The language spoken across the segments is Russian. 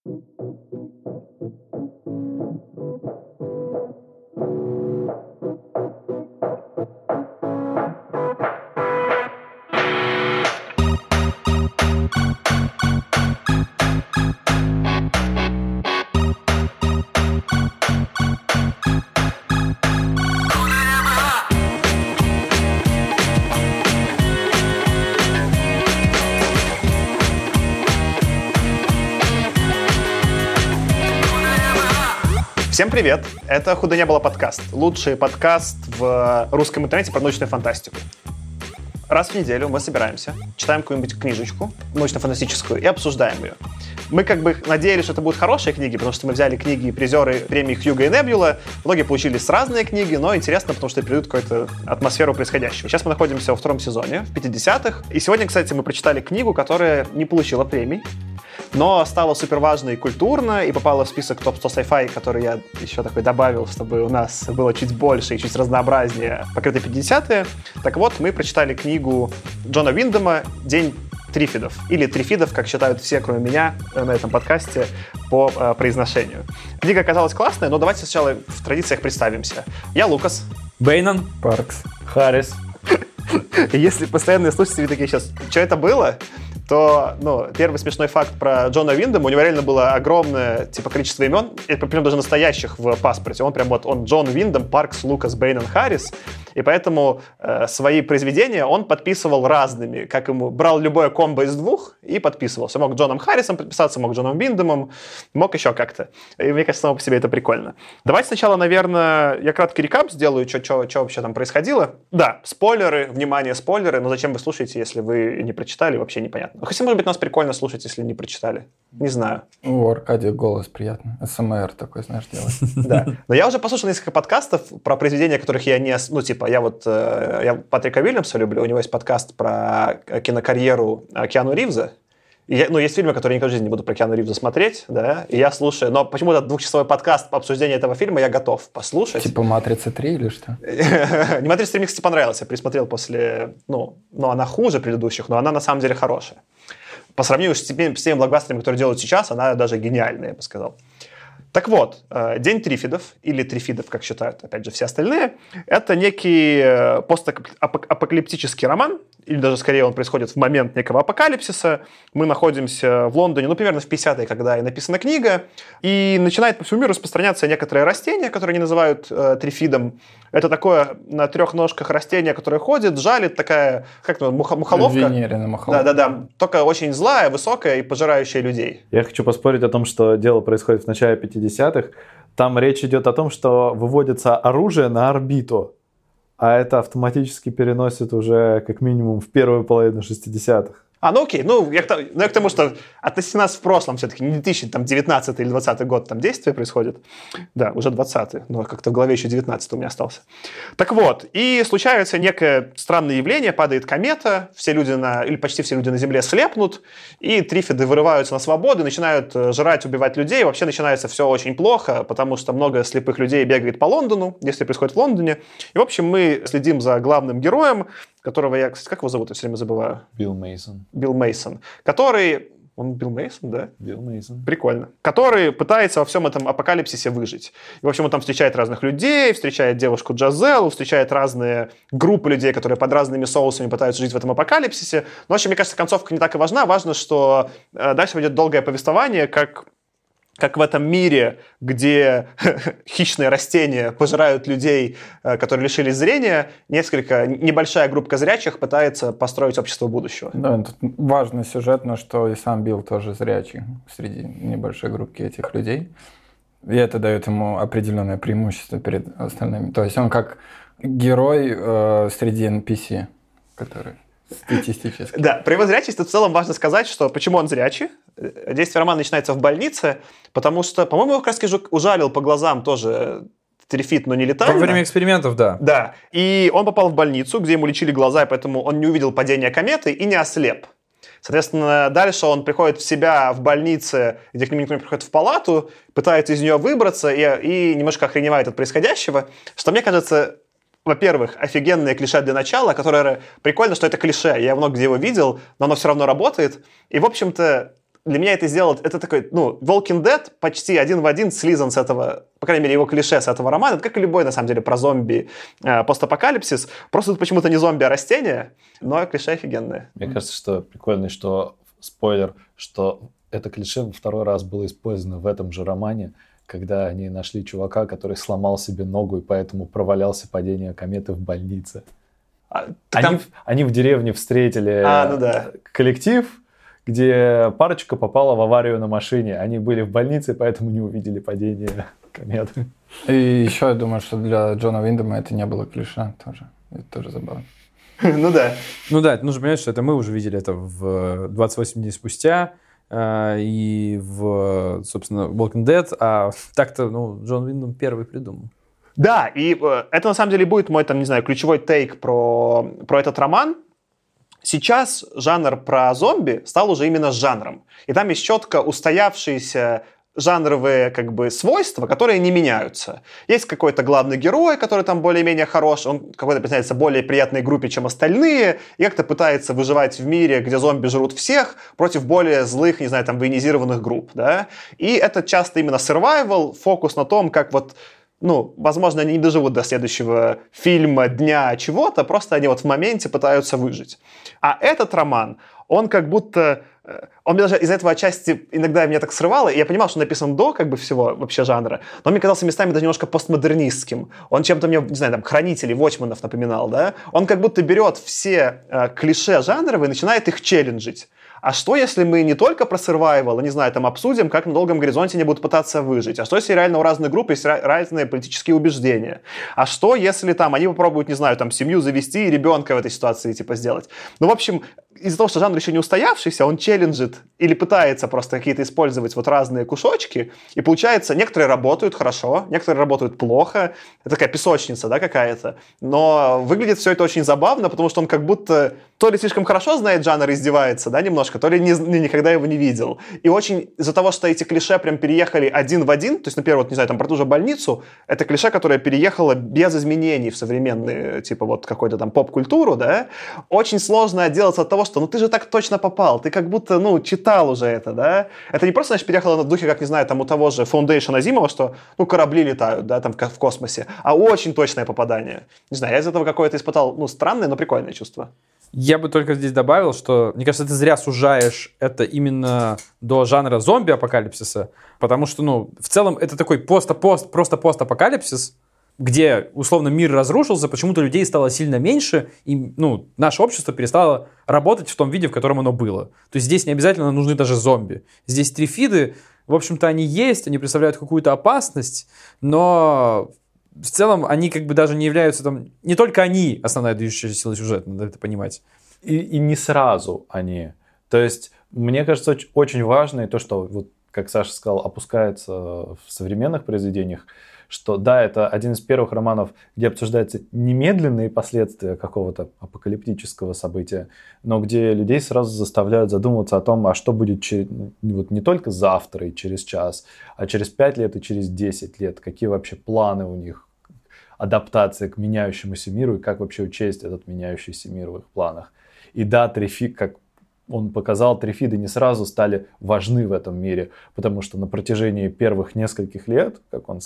Всем привет! Это «Худо не было» подкаст. Лучший подкаст в русском интернете про научную фантастику. Раз в неделю мы собираемся, читаем какую-нибудь книжечку научно-фантастическую и обсуждаем ее. Мы надеялись, что это будут хорошие книги, потому что мы взяли книги призеры премии Хьюго и Небюла. В итоге получились разные книги, но интересно, потому что передают какую-то атмосферу происходящего. Сейчас мы находимся во втором сезоне, в 50-х. И сегодня, кстати, мы прочитали книгу, которая не получила премий, но стала суперважной культурно и попала в список топ-100 sci-fi, который я еще такой добавил, чтобы у нас было чуть больше и чуть разнообразнее покрытые 50-е. Так вот, мы прочитали книгу Джона Виндема «День Трифидов», или Трифидов, как считают все, кроме меня, на этом подкасте по произношению. Книга оказалась классная, но давайте сначала в традициях представимся. Я Лукас. Бэйнон. Паркс. Харрис. Если постоянные слушатели такие сейчас, что это было? То, первый смешной факт про Джона Виндема: у него реально было огромное, количество имен, причем даже настоящих в паспорте. Он Джон Виндем, Паркс, Лукас, Бэйнон, Харрис, и поэтому свои произведения он подписывал разными, как ему брал любое комбо из двух и подписывался. Мог Джоном Харрисом подписаться, мог Джоном Виндемом, мог еще как-то. И мне кажется, само по себе это прикольно. Давайте сначала, наверное, я краткий рекап сделаю, что вообще там происходило. Да, спойлеры, внимание, спойлеры, но зачем вы слушаете, если вы не прочитали, вообще непонятно. Хотя, может быть, нас прикольно слушать, если не прочитали. Не знаю. У Аркадия голос приятный. СМР такой, знаешь, делать. Да. Но я уже послушал несколько подкастов про произведения, которых я не... Я Патрика Уильямса люблю. У него есть подкаст про кинокарьеру Киану Ривза. Есть фильмы, которые я никогда в жизни не буду про Киану Ривза смотреть, да, и я слушаю. Но почему-то двухчасовой подкаст по обсуждению этого фильма я готов послушать. Типа «Матрица 3» или что? Не «Матрица 3» мне, кстати, понравилась. Я пересмотрел после... она хуже предыдущих, но она на самом деле хорошая. По сравнению с теми блокбастерами, которые делают сейчас, она даже гениальная, я бы сказал. Так вот, «День Трифидов», или Трифидов, как считают, опять же, все остальные, это некий постапокалиптический роман, или даже скорее он происходит в момент некого апокалипсиса. Мы находимся в Лондоне, примерно в 50-е, когда и написана книга, и начинает по всему миру распространяться некоторое растение, которое они называют трифидом. Это такое на трех ножках растение, которое ходит, жалит, такая, мухоловка. Венерина мухоловка. Да, только очень злая, высокая и пожирающая людей. Я хочу поспорить о том, что дело происходит в начале 50-х. Там речь идет о том, что выводится оружие на орбиту, а это автоматически переносит уже как минимум в первую половину 60-х. Окей. Я к тому, что относительно нас в прошлом все-таки не 2019 или 20 год там действие происходит. Да, уже 20-й, но как-то в голове еще 19 у меня остался. Так вот, и случается некое странное явление, падает комета, или почти все люди на Земле слепнут, и трифиды вырываются на свободу, начинают жрать, убивать людей. Вообще начинается все очень плохо, потому что много слепых людей бегает по Лондону, действие происходит в Лондоне. И, в общем, мы следим за главным героем, которого я... Как его зовут? Я все время забываю. Билл Мейсон. Который... Он Билл Мейсон, да? Билл Мейсон. Прикольно. Который пытается во всем этом апокалипсисе выжить. И, в общем, он там встречает разных людей, встречает девушку Джазелу, встречает разные группы людей, которые под разными соусами пытаются жить в этом апокалипсисе. Но, в общем, мне кажется, концовка не так и важна. Важно, что дальше пойдет долгое повествование, как в этом мире, где хищные растения пожирают людей, которые лишились зрения, небольшая группа зрячих пытается построить общество будущего. Да, тут важный сюжет, но что и сам Билл тоже зрячий среди небольшой группки этих людей. И это дает ему определенное преимущество перед остальными. То есть он как герой среди NPC, который... Статистически. Да, про его зрячесть в целом важно сказать, что почему он зрячий. Действие романа начинается в больнице, потому что, по-моему, его как раз ужалил по глазам тоже трифид, но не летально. Во время экспериментов, да. Да, и он попал в больницу, где ему лечили глаза, и поэтому он не увидел падения кометы и не ослеп. Соответственно, дальше он приходит в себя в больнице, где к нему никто не приходит в палату, пытается из нее выбраться и немножко охреневает от происходящего, что, мне кажется... Во-первых, офигенное клише для начала, которое прикольно, что это клише. Я много где его видел, но оно все равно работает. И, в общем-то, для меня это сделало... Это такой, Walking Dead почти один в один слизан с этого, по крайней мере, его клише с этого романа. Это как и любой, на самом деле, про зомби постапокалипсис. Просто тут почему-то не зомби, а растения, но клише офигенное. Мне кажется, что прикольно, что, спойлер, что это клише во второй раз было использовано в этом же романе, когда они нашли чувака, который сломал себе ногу и поэтому провалялся падение кометы в больнице. Они в деревне встретили коллектив, где парочка попала в аварию на машине. Они были в больнице, поэтому не увидели падение кометы. И еще я думаю, что для Джона Уиндема это не было клише тоже. Это тоже забавно. Ну да, нужно понимать, что это мы уже видели это в 28 дней спустя и в, собственно, Walking Dead, а так-то, Джон Уиндем первый придумал. Да, и это на самом деле будет мой, ключевой тейк про этот роман. Сейчас жанр про зомби стал уже именно жанром. И там есть четко устоявшиеся жанровые свойства, которые не меняются. Есть какой-то главный герой, который там более-менее хорош, он какой-то присоединяется более приятной группе, чем остальные, и как-то пытается выживать в мире, где зомби жрут всех, против более злых, военизированных групп. Да? И это часто именно survival, фокус на том, как возможно, они не доживут до следующего фильма, дня, чего-то, просто они в моменте пытаются выжить. А этот роман, он как будто... Он мне даже из этого отчасти иногда меня так срывало, и я понимал, что он написан до всего вообще жанра, но он мне казался местами даже немножко постмодернистским. Он чем-то мне, Хранителей, Watchmen'ов напоминал, да? Он как будто берет все клише жанровые и начинает их челленджить. А что, если мы не только про survival, обсудим, как на долгом горизонте они будут пытаться выжить? А что, если реально у разных групп есть разные политические убеждения? А что, если они попробуют, семью завести и ребенка в этой ситуации, сделать? В общем, из-за того, что жанр еще не устоявшийся, он челленджит или пытается просто какие-то использовать разные кусочки, и получается, некоторые работают хорошо, некоторые работают плохо. Это такая песочница, да, какая-то. Но выглядит все это очень забавно, потому что он как будто то ли слишком хорошо знает жанр и издевается, да, немножко, то ли никогда его не видел. И очень из-за того, что эти клише прям переехали один в один, то есть, например, про ту же больницу, это клише, которое переехало без изменений в современные, какой-то поп-культуру, да, очень сложно отделаться от того, что, ты же так точно попал, ты как будто, читал уже это, да. Это не просто, переехало в духе, как, у того же Foundation Азимова, что, корабли летают, да, в космосе, а очень точное попадание. Не знаю, я из этого какое-то испытал, странное, но прикольное чувство. Я бы только здесь добавил, что, мне кажется, ты зря сужаешь это именно до жанра зомби-апокалипсиса, потому что, в целом, это такой просто постапокалипсис, где, условно, мир разрушился, почему-то людей стало сильно меньше, и, наше общество перестало работать в том виде, в котором оно было. То есть здесь не обязательно нужны даже зомби. Здесь трифиды, в общем-то, они есть, они представляют какую-то опасность, но... В целом, они даже не являются не только они основная движущая сила сюжета, надо это понимать. И не сразу они. То есть, мне кажется, очень важно и то, что, как Саша сказал, опускается в современных произведениях, что да, это один из первых романов, где обсуждаются немедленные последствия какого-то апокалиптического события, но где людей сразу заставляют задумываться о том, а что будет не только завтра и через час, а через 5 лет и через 10 лет, какие вообще планы у них, адаптация к меняющемуся миру и как вообще учесть этот меняющийся мир в их планах. И да, как он показал, трифиды не сразу стали важны в этом мире, потому что на протяжении первых нескольких лет,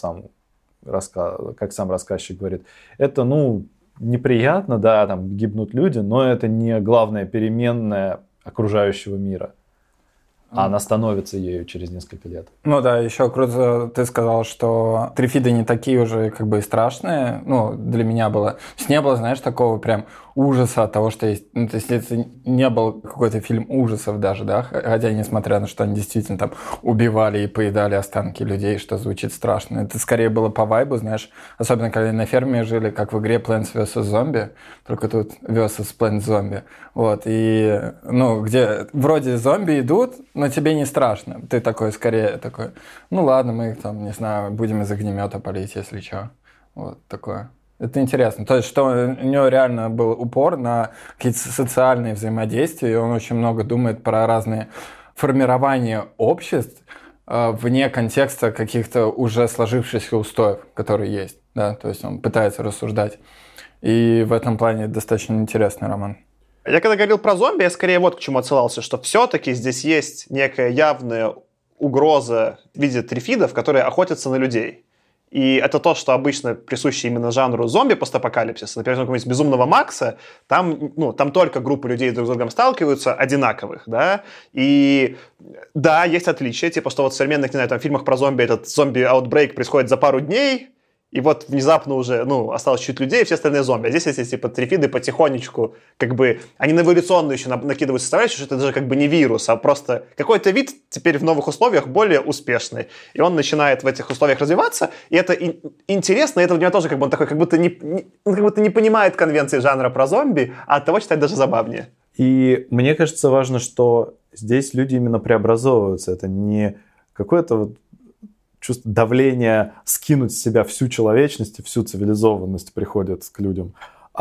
как сам рассказчик говорит, это, неприятно, да, там гибнут люди, но это не главная переменная окружающего мира. А она становится ею через несколько лет. Да, еще круто ты сказал, что трифиды не такие уже и страшные. Для меня было. То есть не было, знаешь, такого прям ужаса от того, что есть... то есть это не был какой-то фильм ужасов даже, да? Хотя, несмотря на что они действительно там убивали и поедали останки людей, что звучит страшно. Это скорее было по вайбу, знаешь, особенно когда на ферме жили, как в игре Plants vs. Zombie, только тут vs. Plant Zombie. И, где вроде зомби идут, но тебе не страшно. Ты скорее такой, ладно, мы их не знаю, будем из огнемета палить, если что. Такое. Это интересно. То есть, что у него реально был упор на какие-то социальные взаимодействия, и он очень много думает про разные формирования обществ вне контекста каких-то уже сложившихся устоев, которые есть. Да? То есть, он пытается рассуждать. И в этом плане достаточно интересный роман. Я когда говорил про зомби, я скорее вот к чему отсылался, что все-таки здесь есть некая явная угроза в виде трифидов, которые охотятся на людей. И это то, что обычно присуще именно жанру зомби-постапокалипсиса. Например, какого-нибудь «Безумного Макса», там только группы людей друг с другом сталкиваются, одинаковых, да, и да, есть отличия, типа, что вот в современных, не знаю, там, фильмах про зомби этот зомби-аутбрейк происходит за пару дней, и вот внезапно уже, осталось чуть людей, и все остальные зомби. А здесь эти, типа, трифиды потихонечку, как бы, они на эволюционную еще накидывают составляющую, что это даже как бы не вирус, а просто какой-то вид теперь в новых условиях более успешный. И он начинает в этих условиях развиваться, и это интересно, и это у него тоже как бы он такой, как будто не понимает конвенции жанра про зомби, а от того читать даже забавнее. И мне кажется важно, что здесь люди именно преобразовываются. Это не какое-то вот чувство давления скинуть с себя всю человечность и всю цивилизованность приходит к людям,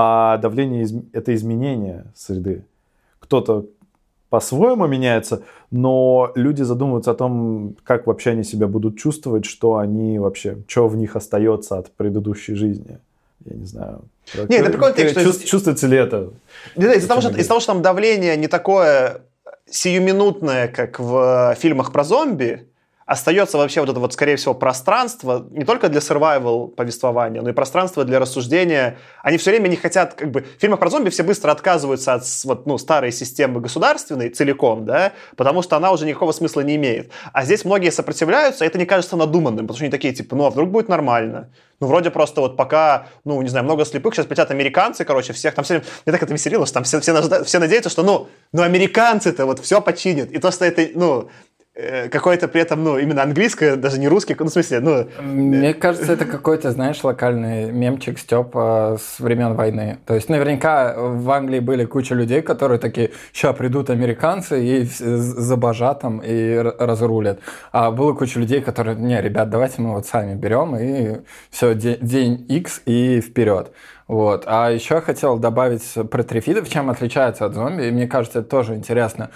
а давление — это изменение среды. Кто-то по-своему меняется, но люди задумываются о том, как вообще они себя будут чувствовать, что они вообще, что в них остается от предыдущей жизни. Я не знаю. Нет, это прикольно, что чувствуется ли это? Из-за того, что там давление не такое сиюминутное, как в фильмах про зомби, остается вообще вот это вот, скорее всего, пространство не только для survival повествования, но и пространство для рассуждения. Они все время не хотят, как бы, в фильмах про зомби все быстро отказываются от старой системы государственной целиком, да, потому что она уже никакого смысла не имеет. А здесь многие сопротивляются, и это не кажется надуманным, потому что они такие, типа, а вдруг будет нормально? Вроде просто вот пока, не знаю, много слепых, сейчас прилетят американцы, всех там все... Мне так это веселило, что там все надеются, что, американцы-то вот все починят. И то, что это, какое-то при этом, именно английское, даже не русский, в смысле, Мне кажется, это какой-то, знаешь, локальный мемчик Степа с времен войны. То есть наверняка в Англии были куча людей, которые такие, ща придут американцы и забожат там и разрулят. А было куча людей, которые, не, ребят, давайте мы вот сами берем и все, день X и вперед. Вот. А еще я хотел добавить про трифидов, чем отличается от зомби, и мне кажется, это тоже интересно,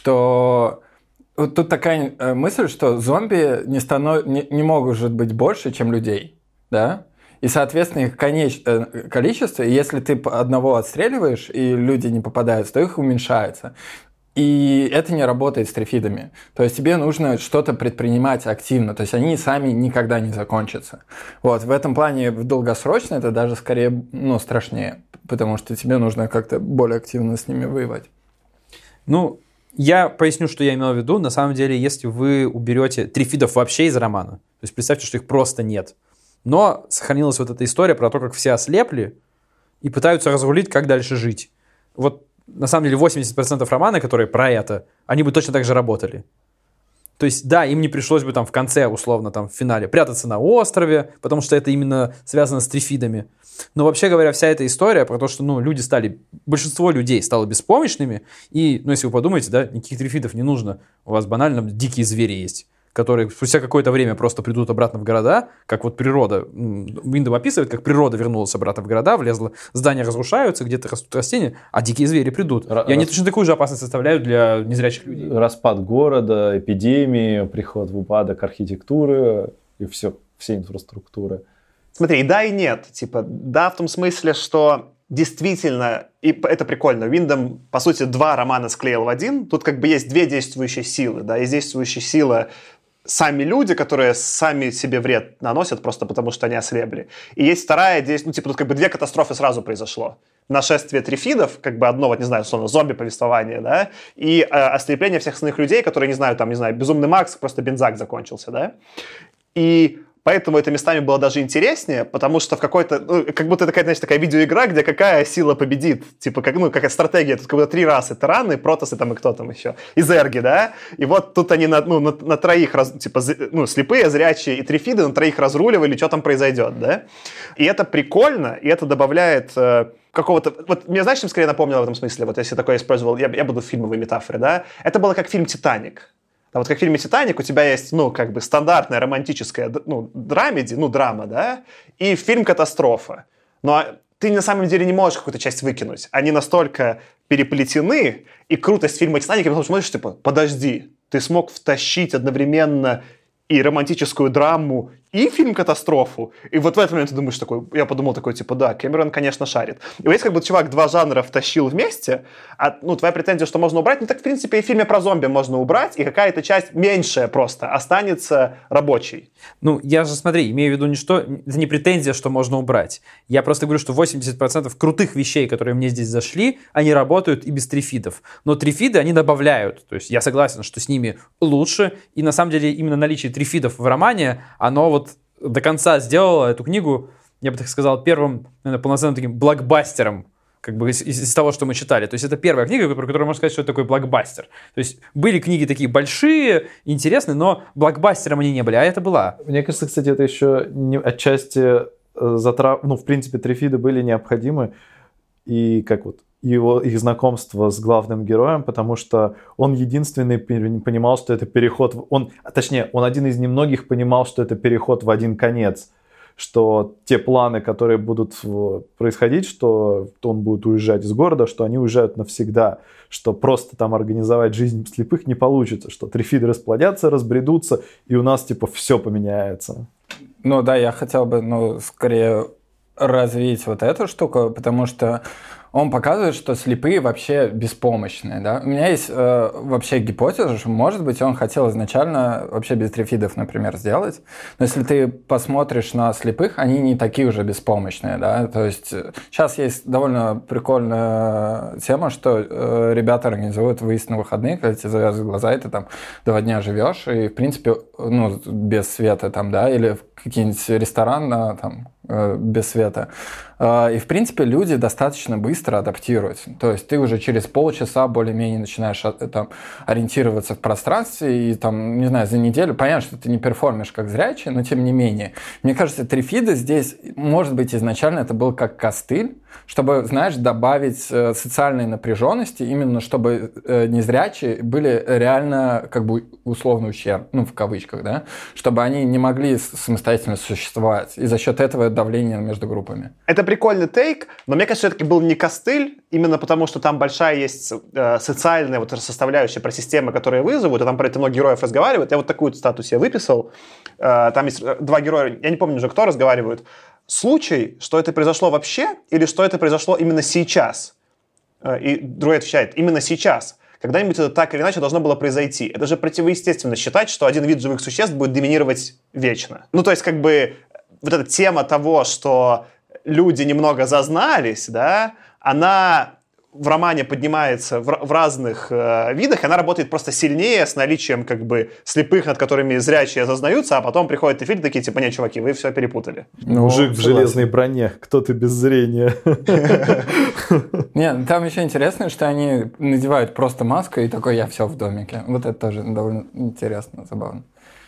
что... Вот тут такая мысль, что зомби не могут быть больше, чем людей, да? И, соответственно, их количество, и если ты одного отстреливаешь, и люди не попадаются, то их уменьшается. И это не работает с трифидами. То есть тебе нужно что-то предпринимать активно, то есть они сами никогда не закончатся. Вот, в этом плане в долгосрочно это даже скорее, страшнее, потому что тебе нужно как-то более активно с ними воевать. Я поясню, что я имел в виду. На самом деле, если вы уберете трифидов вообще из романа, то есть представьте, что их просто нет, но сохранилась вот эта история про то, как все ослепли и пытаются разрулить, как дальше жить. Вот на самом деле 80% романа, которые про это, они бы точно так же работали. То есть, да, им не пришлось бы там в конце, условно, там в финале прятаться на острове, потому что это именно связано с трифидами. Но вообще говоря, вся эта история про то, что, большинство людей стало беспомощными, и, если вы подумаете, да, никаких трифидов не нужно, у вас банально дикие звери есть, которые спустя какое-то время просто придут обратно в города, как вот природа, Уиндом описывает, как природа вернулась обратно в города, влезла, здания разрушаются, где-то растут растения, а дикие звери придут. И они точно такую же опасность составляют для незрячих людей. Распад города, эпидемии, приход в упадок архитектуры и всей инфраструктуры. Смотри, и да, и нет. Типа, да, в том смысле, что действительно, и это прикольно, Уиндом, по сути, 2 романа склеил в один. Тут как бы есть 2 действующие силы, да, есть действующая сила сами люди, которые сами себе вред наносят просто потому, что они ослепли. И есть вторая, тут как бы 2 катастрофы сразу произошло. Нашествие трифидов, как бы одно, условно, зомби-повествование, да, и ослепление всех остальных людей, которые, Безумный Макс, просто Бензак закончился, да. И поэтому это местами было даже интереснее, потому что в какой-то, как будто это такая видеоигра, где какая сила победит, типа, какая стратегия, тут как будто 3 расы, тираны, протосы там и кто там еще, и зерги, да, и вот тут они на 3, слепые, зрячие и трифиды на 3 разруливали, что там произойдет, да, и это прикольно, и это добавляет какого-то, вот мне, знаешь, чем скорее напомнило в этом смысле, вот если такое использовал, я буду в фильмовой метафоре, да, это было как фильм «Титаник». А вот как в фильме «Титаник» у тебя есть, стандартная романтическая, драмеди, драма, да, и фильм «Катастрофа». Но ты на самом деле не можешь какую-то часть выкинуть. Они настолько переплетены, и крутость фильма «Титаник», потому что смотришь, подожди, ты смог втащить одновременно и романтическую драму, и фильм-катастрофу. И вот в этот момент ты думаешь такой, я подумал такой, типа, да, Кэмерон, конечно, шарит. И вот если как бы чувак два жанра втащил вместе, твоя претензия, что можно убрать, так, в принципе, и в фильме про зомби можно убрать, и какая-то часть меньшая просто останется рабочей. Я же, смотри, имею в виду это не претензия, что можно убрать. Я просто говорю, что 80% крутых вещей, которые мне здесь зашли, они работают и без трифидов. Но трифиды они добавляют. То есть я согласен, что с ними лучше, и на самом деле именно наличие трифидов в романе, оно вот до конца сделало эту книгу, я бы так сказал, первым, наверное, полноценным таким блокбастером, как бы из того, что мы читали. То есть это первая книга, про которую можно сказать, что это такой блокбастер. То есть были книги такие большие, интересные, но блокбастером они не были, а это была. Мне кажется, кстати, это еще отчасти в принципе, трифиды были необходимы, и как вот их знакомство с главным героем, потому что он единственный понимал, что это переход... Он один из немногих понимал, что это переход в один конец, что те планы, которые будут происходить, что он будет уезжать из города, что они уезжают навсегда, что просто там организовать жизнь слепых не получится, что трифиды расплодятся, разбредутся, и у нас типа все поменяется. Я хотел бы, скорее развить вот эту штуку, потому что он показывает, что слепые вообще беспомощные, да. У меня есть вообще гипотеза, что, может быть, он хотел изначально вообще без трифидов, например, сделать. Но если ты посмотришь на слепых, они не такие уже беспомощные, да. То есть сейчас есть довольно прикольная тема, что ребята организуют выезд на выходные, когда тебе завязывают глаза, и ты там 2 дня живешь, и, в принципе, без света там, да, или в какой-нибудь ресторан там, без света. И, в принципе, люди достаточно быстро адаптируются. То есть ты уже через полчаса более-менее начинаешь там ориентироваться в пространстве, и там, не знаю, за неделю, понятно, что ты не перформишь как зрячий, но тем не менее. Мне кажется, трифиды здесь, может быть, изначально это был как костыль, чтобы, знаешь, добавить социальной напряженности, именно чтобы незрячие были реально, как бы, условно ущерб, в кавычках, да, чтобы они не могли самостоятельно существовать, и за счет этого давление между группами. Это прикольный тейк, но мне кажется, все-таки был не костыль, именно потому что там большая есть социальная составляющая про системы, которые вызовут, и там про это много героев разговаривают. Я вот такую цитату себе выписал. Там есть 2 героя, я не помню уже, кто разговаривают. Случай, что это произошло вообще, или что это произошло именно сейчас? И другой отвечает, именно сейчас. Когда-нибудь это так или иначе должно было произойти. Это же противоестественно считать, что один вид живых существ будет доминировать вечно. То есть, как бы, вот эта тема того, что люди немного зазнались, да, она в романе поднимается в разных видах, она работает просто сильнее с наличием как бы слепых, над которыми зрячие зазнаются, а потом приходят эфиры такие, типа, нет, чуваки, вы все перепутали. Мужик в железной броне, кто ты без зрения. Нет, там еще интересно, что они надевают просто маску и такой, я все в домике. Вот это тоже довольно интересно, забавно.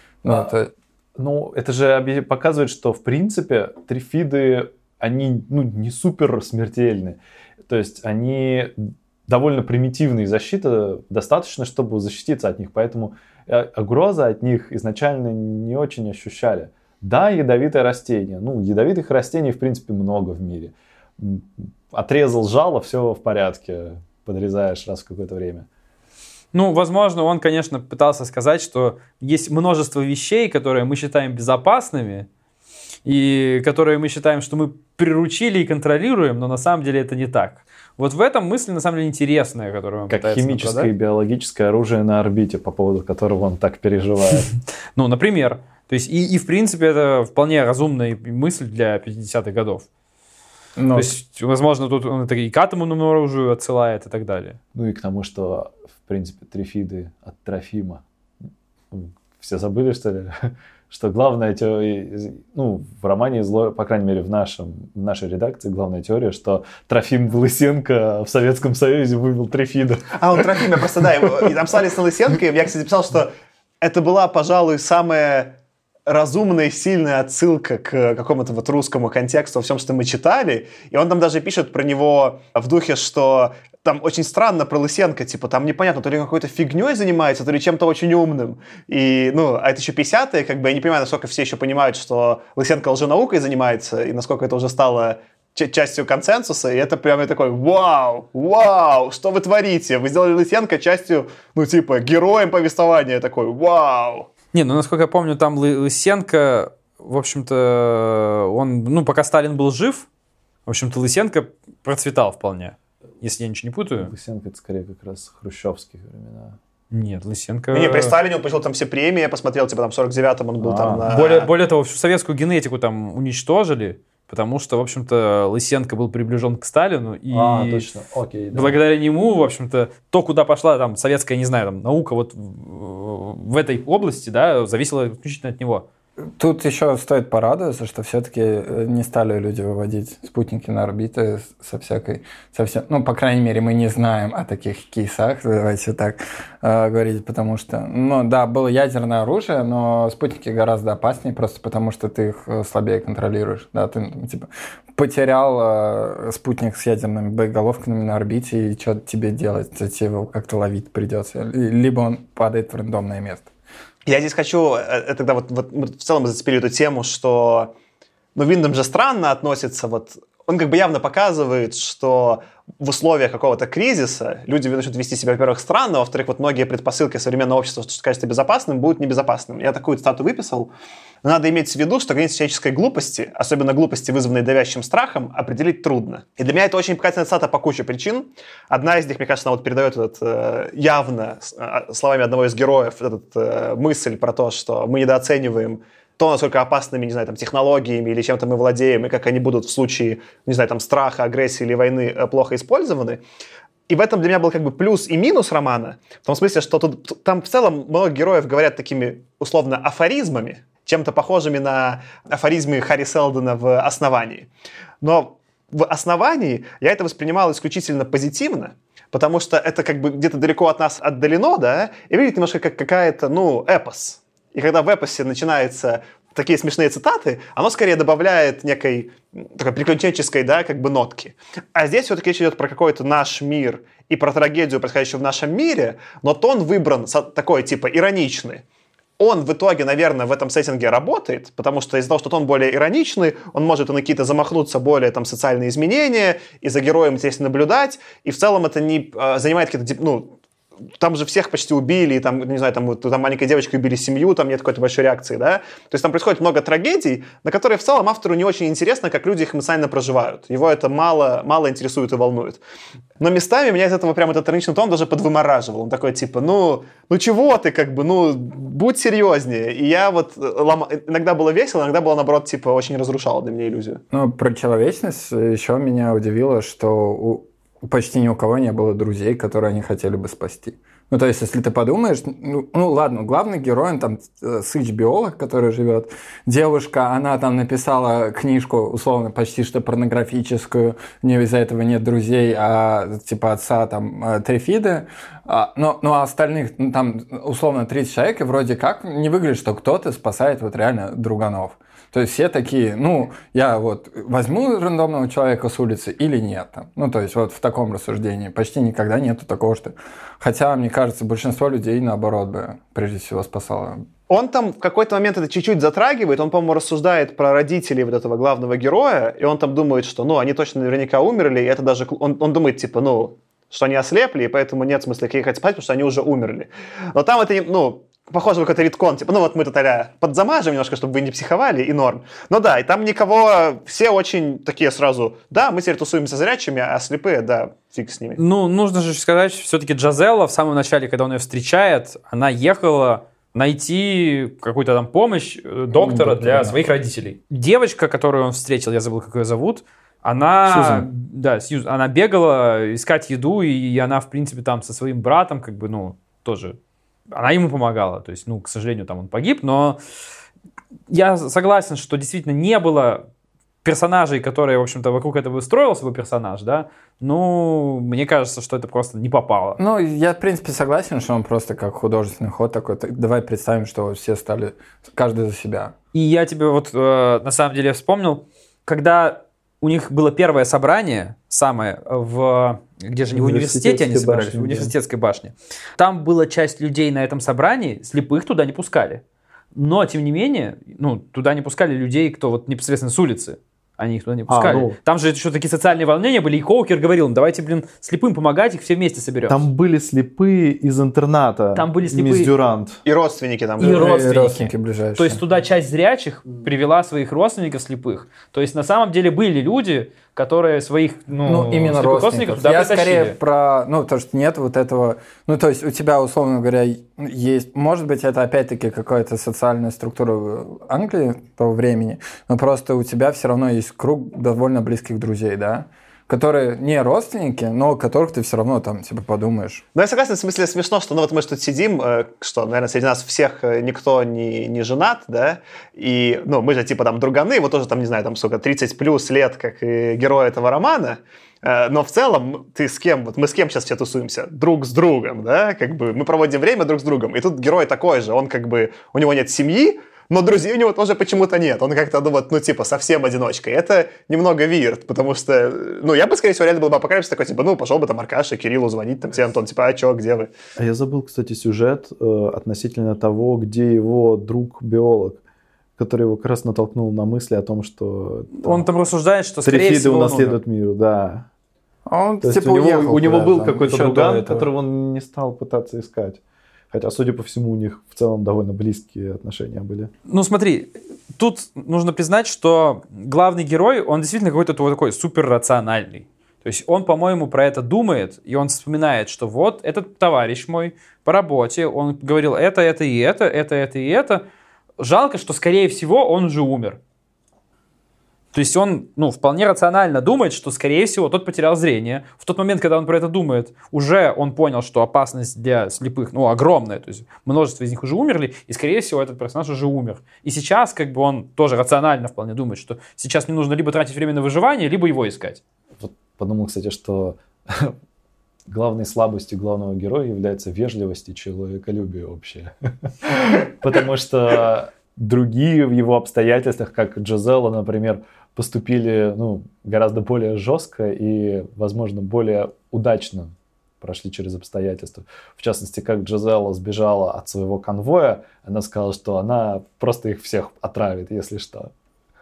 Это же показывает, что, в принципе, трифиды, они не супер смертельны. То есть они довольно примитивные, защита достаточно, чтобы защититься от них. Поэтому угрозы от них изначально не очень ощущали. Да, ядовитое растение. Ядовитых растений, в принципе, много в мире. Отрезал жало, все в порядке. Подрезаешь раз в какое-то время. Возможно, он, конечно, пытался сказать, что есть множество вещей, которые мы считаем безопасными, и которые мы считаем, что мы приручили и контролируем, но на самом деле это не так. Вот в этом мысль, на самом деле, интересная, которую он пытается нападать. Как химическое и биологическое оружие на орбите, по поводу которого он так переживает. Например. То есть, и в принципе, это вполне разумная мысль для 50-х годов. То есть, возможно, тут он это и к атомному оружию отсылает и так далее. И к тому, что, в принципе, трифиды от Трофима. Все забыли, что ли? Что главная теория, в романе «Зло», по крайней мере, в нашей редакции, главная теория, что Трофим Лысенко в Советском Союзе вывел трифида. Он Трофим, я просто, да, и там ссылались на Лысенко, и я, кстати, писал, что это была, пожалуй, самая разумная и сильная отсылка к какому-то вот русскому контексту во всем, что мы читали. И он там даже пишет про него в духе, что там очень странно про Лысенко, типа, там непонятно, то ли какой-то фигней занимается, то ли чем-то очень умным. И, а это еще 50-е, как бы, я не понимаю, насколько все еще понимают, что Лысенко лженаукой занимается, и насколько это уже стало частью консенсуса, и это прямо такой, вау, что вы творите? Вы сделали Лысенко частью, героем повествования, такой, вау. Насколько я помню, там Лысенко в общем-то, он, пока Сталин был жив, в общем-то, Лысенко процветал вполне, если я ничего не путаю. Лысенко — это скорее как раз хрущевские времена. Нет, Лысенко... Не, при Сталине он получил там все премии, я посмотрел, типа там в 49-м он был там на... Более того, всю советскую генетику там уничтожили, потому что, в общем-то, Лысенко был приближен к Сталину, и точно. Окей, да. благодаря нему, в общем-то, то, куда пошла там советская, не знаю, там, наука вот в этой области, да, зависело исключительно от него. Тут еще стоит порадоваться, что все-таки не стали люди выводить спутники на орбиты совсем, по крайней мере, мы не знаем о таких кейсах, давайте так говорить, потому что, да, было ядерное оружие, но спутники гораздо опаснее, просто потому что ты их слабее контролируешь, да, ты, потерял спутник с ядерными боеголовками на орбите, и что тебе делать? Тебе его как-то ловить придется, либо он падает в рандомное место. Я здесь хочу, тогда вот мы в целом зацепили эту тему, что, Виндом же странно относится, он как бы явно показывает, что в условиях какого-то кризиса люди начнут вести себя, во-первых, странно, а во-вторых, многие предпосылки современного общества, что кажется безопасным, будут небезопасным. Я такую цитату выписал. Но надо иметь в виду, что границы человеческой глупости, особенно глупости, вызванной давящим страхом, определить трудно. И для меня это очень показательная цитата по куче причин. Одна из них, мне кажется, она передает явно, словами одного из героев, мысль про то, что мы недооцениваем то, насколько опасными, не знаю, там, технологиями или чем-то мы владеем, и как они будут в случае, не знаю, там, страха, агрессии или войны плохо использованы. И в этом для меня был как бы плюс и минус романа, в том смысле, что там в целом много героев говорят такими, условно, афоризмами, чем-то похожими на афоризмы Харри Селдона в «Основании». Но в «Основании» я это воспринимал исключительно позитивно, потому что это как бы где-то далеко от нас отдалено, да, и выглядит немножко как какая-то, эпос. И когда в эпосе начинаются такие смешные цитаты, оно скорее добавляет некой такой приключенческой, да, как бы нотки. А здесь все-таки речь идет про какой-то наш мир и про трагедию, происходящую в нашем мире, но тон выбран такой, типа, ироничный. Он в итоге, наверное, в этом сеттинге работает, потому что из-за того, что он более ироничный, он может на какие-то замахнуться более там социальные изменения, и за героем интересно наблюдать, и в целом это не занимает какие-то, там же всех почти убили, и там, не знаю, там маленькой девочкой убили семью, там нет какой-то большой реакции, да? То есть там происходит много трагедий, на которые в целом автору не очень интересно, как люди их эмоционально проживают. Его это мало интересует и волнует. Но местами меня из этого прям этот ироничный тон даже подвымораживал. Он такой, типа, чего ты, как бы, будь серьезнее. И я иногда было весело, иногда было, наоборот, типа, очень разрушало для меня иллюзию. Про человечность еще меня удивило, что почти ни у кого не было друзей, которые они хотели бы спасти. То есть, если ты подумаешь, ладно, главный герой, он там сыч-биолог, который живет, девушка, она там написала книжку, условно, почти что порнографическую, у нее из-за этого нет друзей, типа отца там Трифиды, но остальных, там, условно, 30 человек, и вроде как не выглядит, что кто-то спасает реально друганов. То есть все такие, я возьму рандомного человека с улицы или нет. То есть в таком рассуждении почти никогда нету такого, что... Хотя, мне кажется, большинство людей, наоборот, бы прежде всего спасало. Он там в какой-то момент это чуть-чуть затрагивает, он, по-моему, рассуждает про родителей этого главного героя, и он там думает, что, они точно наверняка умерли, и это даже... Он думает, типа, что они ослепли, и поэтому нет смысла их спать, потому что они уже умерли. Но там это, похоже, какой-то риткон, типа, мы тут подзамажем немножко, чтобы вы не психовали, и норм. И там никого, все очень такие сразу, да, мы теперь тусуемся зрячими, а слепые, да, фиг с ними. Нужно же сказать, все-таки Джазелла в самом начале, когда он ее встречает, она ехала найти какую-то там помощь доктора для своих родителей. Девочка, которую он встретил, я забыл, как ее зовут, она, Сьюзан, она бегала искать еду, и она, в принципе, там со своим братом, как бы, тоже... Она ему помогала, то есть, к сожалению, там он погиб, но я согласен, что действительно не было персонажей, которые, в общем-то, вокруг этого строился бы персонаж, да, мне кажется, что это просто не попало. Я, в принципе, согласен, что он просто как художественный ход такой, давай представим, что все стали, каждый за себя. И я тебе на самом деле вспомнил, когда у них было первое собрание, самое, где же, не в университете они собирались, в университетской башне. Там была часть людей на этом собрании, слепых туда не пускали. Но, тем не менее, туда не пускали людей, кто непосредственно с улицы. Они их туда не пускали. Там же еще такие социальные волнения были, и Коукер говорил им, давайте, слепым помогать, их все вместе соберем. Там были слепые из интерната. Там были слепые. Мисс Дюрант. И родственники там. И родственники ближайшие. То есть туда часть зрячих привела своих родственников слепых. То есть на самом деле были люди, которые своих именно родственников туда я притащили. Скорее про, то, что нет вот этого, то есть у тебя, условно говоря, есть, может быть, это опять-таки какая-то социальная структура в Англии того времени, но просто у тебя все равно есть круг довольно близких друзей, да, которые не родственники, но о которых ты все равно там подумаешь. Ну, я согласен, в смысле смешно, что мы тут сидим, что, наверное, среди нас всех никто не женат, да, и, мы же там друганы, вот тоже там, не знаю, там сколько, 30 плюс лет, как и герой этого романа, но в целом ты с кем, мы с кем сейчас все тусуемся? Друг с другом, да, мы проводим время друг с другом, и тут герой такой же, он у него нет семьи, но друзей у него тоже почему-то нет. Он как-то, совсем одиночка. И это немного weird, потому что, я бы, скорее всего, реально был бы апокалипсис такой, пошел бы там Аркаше, Кириллу звонить, тебе, Антон, а чё, где вы? А я забыл, кстати, сюжет относительно того, где его друг-биолог, который его как раз натолкнул на мысли о том, что... Он там рассуждает, что, скорее всего, он унаследует миру, да. Он, То есть у него был какой-то друган, которого он не стал пытаться искать. Хотя, судя по всему, у них в целом довольно близкие отношения были. Смотри, тут нужно признать, что главный герой, он действительно какой-то такой суперрациональный. То есть он, по-моему, про это думает, и он вспоминает, что вот этот товарищ мой по работе, он говорил это и это. Жалко, что, скорее всего, он уже умер. То есть он, вполне рационально думает, что, скорее всего, тот потерял зрение. В тот момент, когда он про это думает, уже он понял, что опасность для слепых, огромная. То есть множество из них уже умерли, и, скорее всего, этот персонаж уже умер. И сейчас, он тоже рационально вполне думает, что сейчас мне нужно либо тратить время на выживание, либо его искать. Вот подумал, кстати, что главной слабостью главного героя является вежливость и человеколюбие общее. Потому что другие в его обстоятельствах, как Джозелла, например, поступили гораздо более жестко и, возможно, более удачно прошли через обстоятельства. В частности, как Джозелла сбежала от своего конвоя, она сказала, что она просто их всех отравит, если что.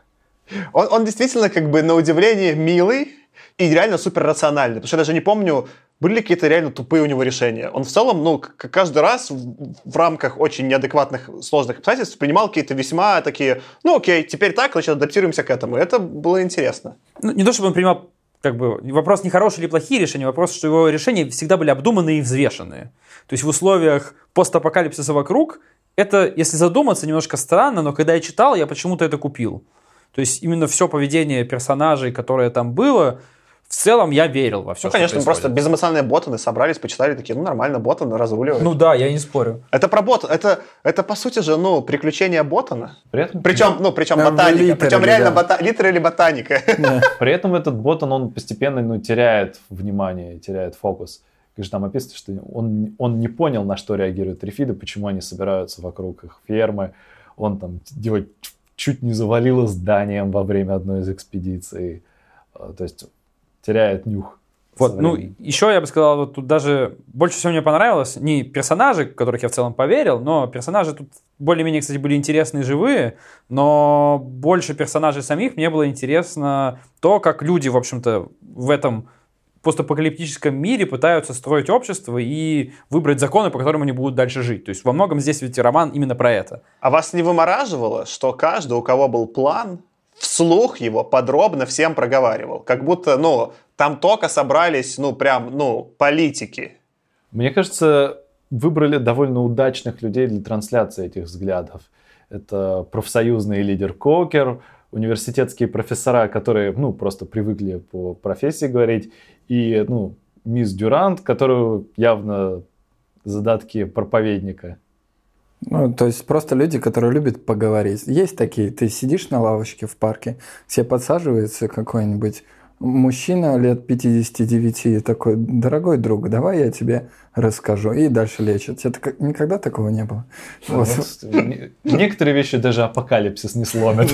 Он действительно, на удивление, милый и реально суперрациональный. Потому что я даже не помню, были ли какие-то реально тупые у него решения. Он в целом, каждый раз в рамках очень неадекватных, сложных обстоятельств принимал какие-то весьма такие, окей, теперь так, значит, адаптируемся к этому. Это было интересно. Не то, чтобы он принимал, вопрос не хорошие или плохие решения, вопрос, что его решения всегда были обдуманные и взвешенные. То есть в условиях постапокалипсиса вокруг, это, если задуматься, немножко странно, но когда я читал, я почему-то это купил. То есть именно все поведение персонажей, которое там было, в целом я верил во все, что конечно, происходит. Просто безэмоциональные ботаны собрались, почитали, такие, нормально, ботаны разруливают. Да, я не спорю. Это про ботан, это по сути же, приключения ботана. Причем ботаника, причем реально литерали ботаника. При этом этот ботан, он постепенно, теряет внимание, теряет фокус. Как же там описано, что он не понял, на что реагируют трифиды, почему они собираются вокруг их фермы. Он там чуть не завалило зданием во время одной из экспедиций. То есть теряет нюх. Еще я бы сказал, тут даже больше всего мне понравилось не персонажи, которых я в целом поверил, но персонажи тут более-менее, кстати, были интересные, живые, но больше персонажей самих мне было интересно то, как люди, в общем-то, в этом постапокалиптическом мире пытаются строить общество и выбрать законы, по которым они будут дальше жить. То есть во многом здесь ведь роман именно про это. А вас не вымораживало, что каждый, у кого был план, вслух его подробно всем проговаривал? Как будто, там только собрались, политики. Мне кажется, выбрали довольно удачных людей для трансляции этих взглядов. Это профсоюзный лидер Коукер, университетские профессора, которые, просто привыкли по профессии говорить, и, мисс Дюрант, которую явно задатки проповедника. То есть просто люди, которые любят поговорить. Есть такие, ты сидишь на лавочке в парке, все подсаживается какой-нибудь мужчина лет 59 и такой: дорогой друг, давай я тебе расскажу. И дальше лечит. Это никогда такого не было? Некоторые вещи даже апокалипсис не сломят.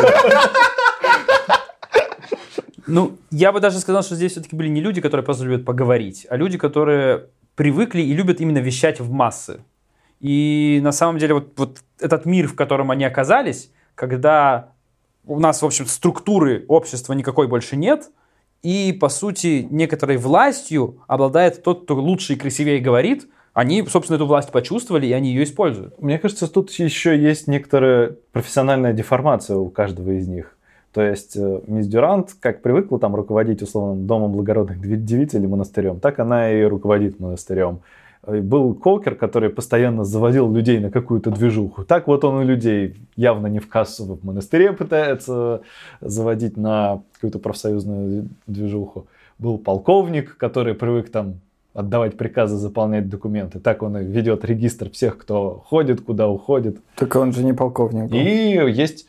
Я бы даже сказал, что здесь все-таки были не люди, которые просто любят поговорить, а люди, которые привыкли и любят именно вещать в массы. И на самом деле вот этот мир, в котором они оказались, когда у нас, в общем, структуры общества никакой больше нет, и, по сути, некоторой властью обладает тот, кто лучше и красивее говорит. Они, собственно, эту власть почувствовали, и они ее используют. Мне кажется, тут еще есть некоторая профессиональная деформация у каждого из них. То есть мисс Дюрант, как привыкла там руководить, условно, домом благородных девиц или монастырем, так она и руководит монастырем. Был Кокер, который постоянно заводил людей на какую-то движуху. Так вот он и людей явно не в кассу в монастыре пытается заводить на какую-то профсоюзную движуху. Был полковник, который привык там отдавать приказы, заполнять документы. Так он и ведет регистр всех, кто ходит, куда уходит. Так он же не полковник был. И есть...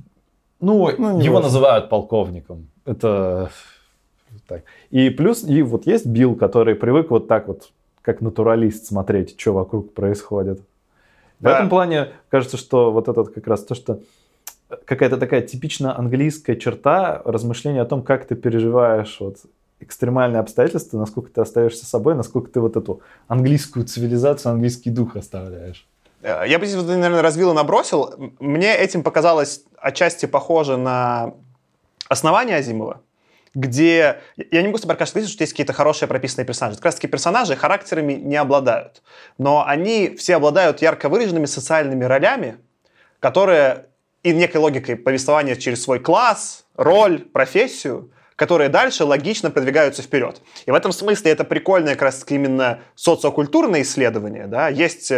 его называют полковником. Это так. И плюс, и вот есть Билл, который привык вот так вот, как натуралист, смотреть, что вокруг происходит. В этом плане кажется, что вот это как раз то, что какая-то такая типично английская черта размышления о том, как ты переживаешь вот экстремальные обстоятельства, насколько ты остаешься собой, насколько ты вот эту английскую цивилизацию, английский дух оставляешь. Я бы здесь, наверное, развил и набросил. Мне этим показалось отчасти похоже на «Основание» Азимова, где... Я не могу с тобой, Аркаша, сказать, что есть какие-то хорошие прописанные персонажи. Как раз таки персонажи характерами не обладают. Но они все обладают ярко выраженными социальными ролями, которые и некой логикой повествования через свой класс, роль, профессию, которые дальше логично продвигаются вперед. И в этом смысле это прикольное как раз именно социокультурное исследование. Да? Есть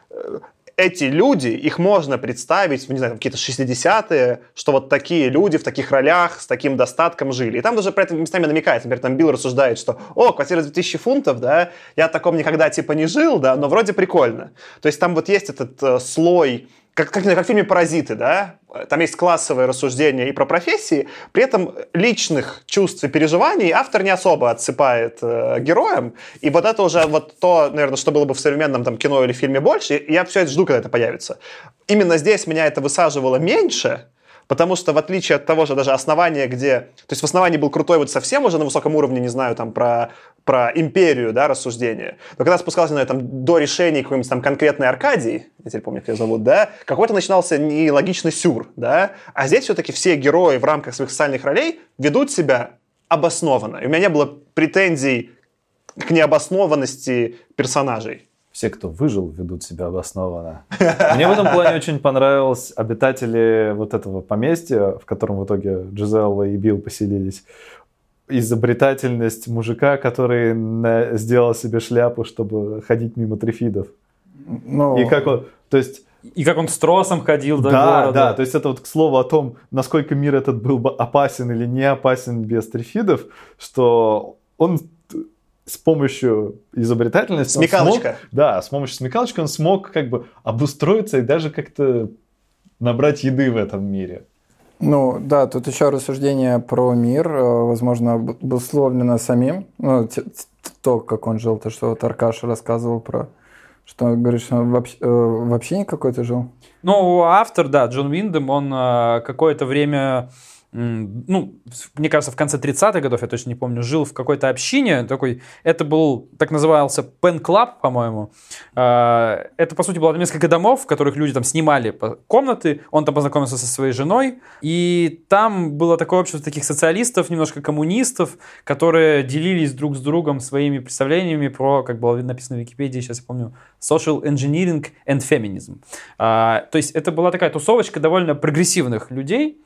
эти люди, их можно представить, не знаю, какие-то 60-е, что вот такие люди в таких ролях с таким достатком жили. И там даже про это местами намекается. Например, там Билл рассуждает, что квартира 2000 фунтов, да, я в таком никогда типа не жил, да, но вроде прикольно. То есть там вот есть этот слой, как в фильме «Паразиты», да, там есть классовое рассуждение и про профессии, при этом личных чувств и переживаний автор не особо отсыпает героям, и вот это уже вот то, наверное, что было бы в современном там кино или фильме больше, и я все это жду, когда это появится. Именно здесь меня это высаживало меньше, потому что в отличие от того же даже «Основания», где... То есть в «Основании» был крутой вот совсем уже на высоком уровне, не знаю, там про империю, да, рассуждение. Но когда спускался, не знаю, там до решений какой-нибудь там конкретной Аркадии, я теперь помню, как ее зовут, да, какой-то начинался нелогичный сюр, да, а здесь все-таки все герои в рамках своих социальных ролей ведут себя обоснованно. И у меня не было претензий к необоснованности персонажей. Все, кто выжил, ведут себя обоснованно. Мне в этом плане очень понравились обитатели вот этого поместья, в котором в итоге Джизелла и Билл поселились. Изобретательность мужика, который сделал себе шляпу, чтобы ходить мимо трифидов. И как он, то есть... И как он с тросом ходил до города. Да, то есть это вот к слову о том, насколько мир этот был бы опасен или не опасен без трифидов, что он... С помощью изобретательности... Смекалочка. С помощью смекалочки он смог как бы обустроиться и даже как-то набрать еды в этом мире. Ну, да, тут еще рассуждение про мир, возможно, обусловлено самим. Ну, то, как он жил, то, что вот Аркаша рассказывал про... Что, говоришь, он вообще не какой-то жил? Ну, автор, да, Джон Виндем, он какое-то время... Ну, мне кажется, в конце 30-х годов, я точно не помню, жил в какой-то общине, это был, так назывался, Pen Club, по-моему. Это, по сути, было несколько домов, в которых люди там снимали комнаты, он там познакомился со своей женой, и там было такое общество таких социалистов, немножко коммунистов, которые делились друг с другом своими представлениями про, как было написано в Википедии, сейчас я помню, social engineering and feminism. То есть это была такая тусовочка довольно прогрессивных людей.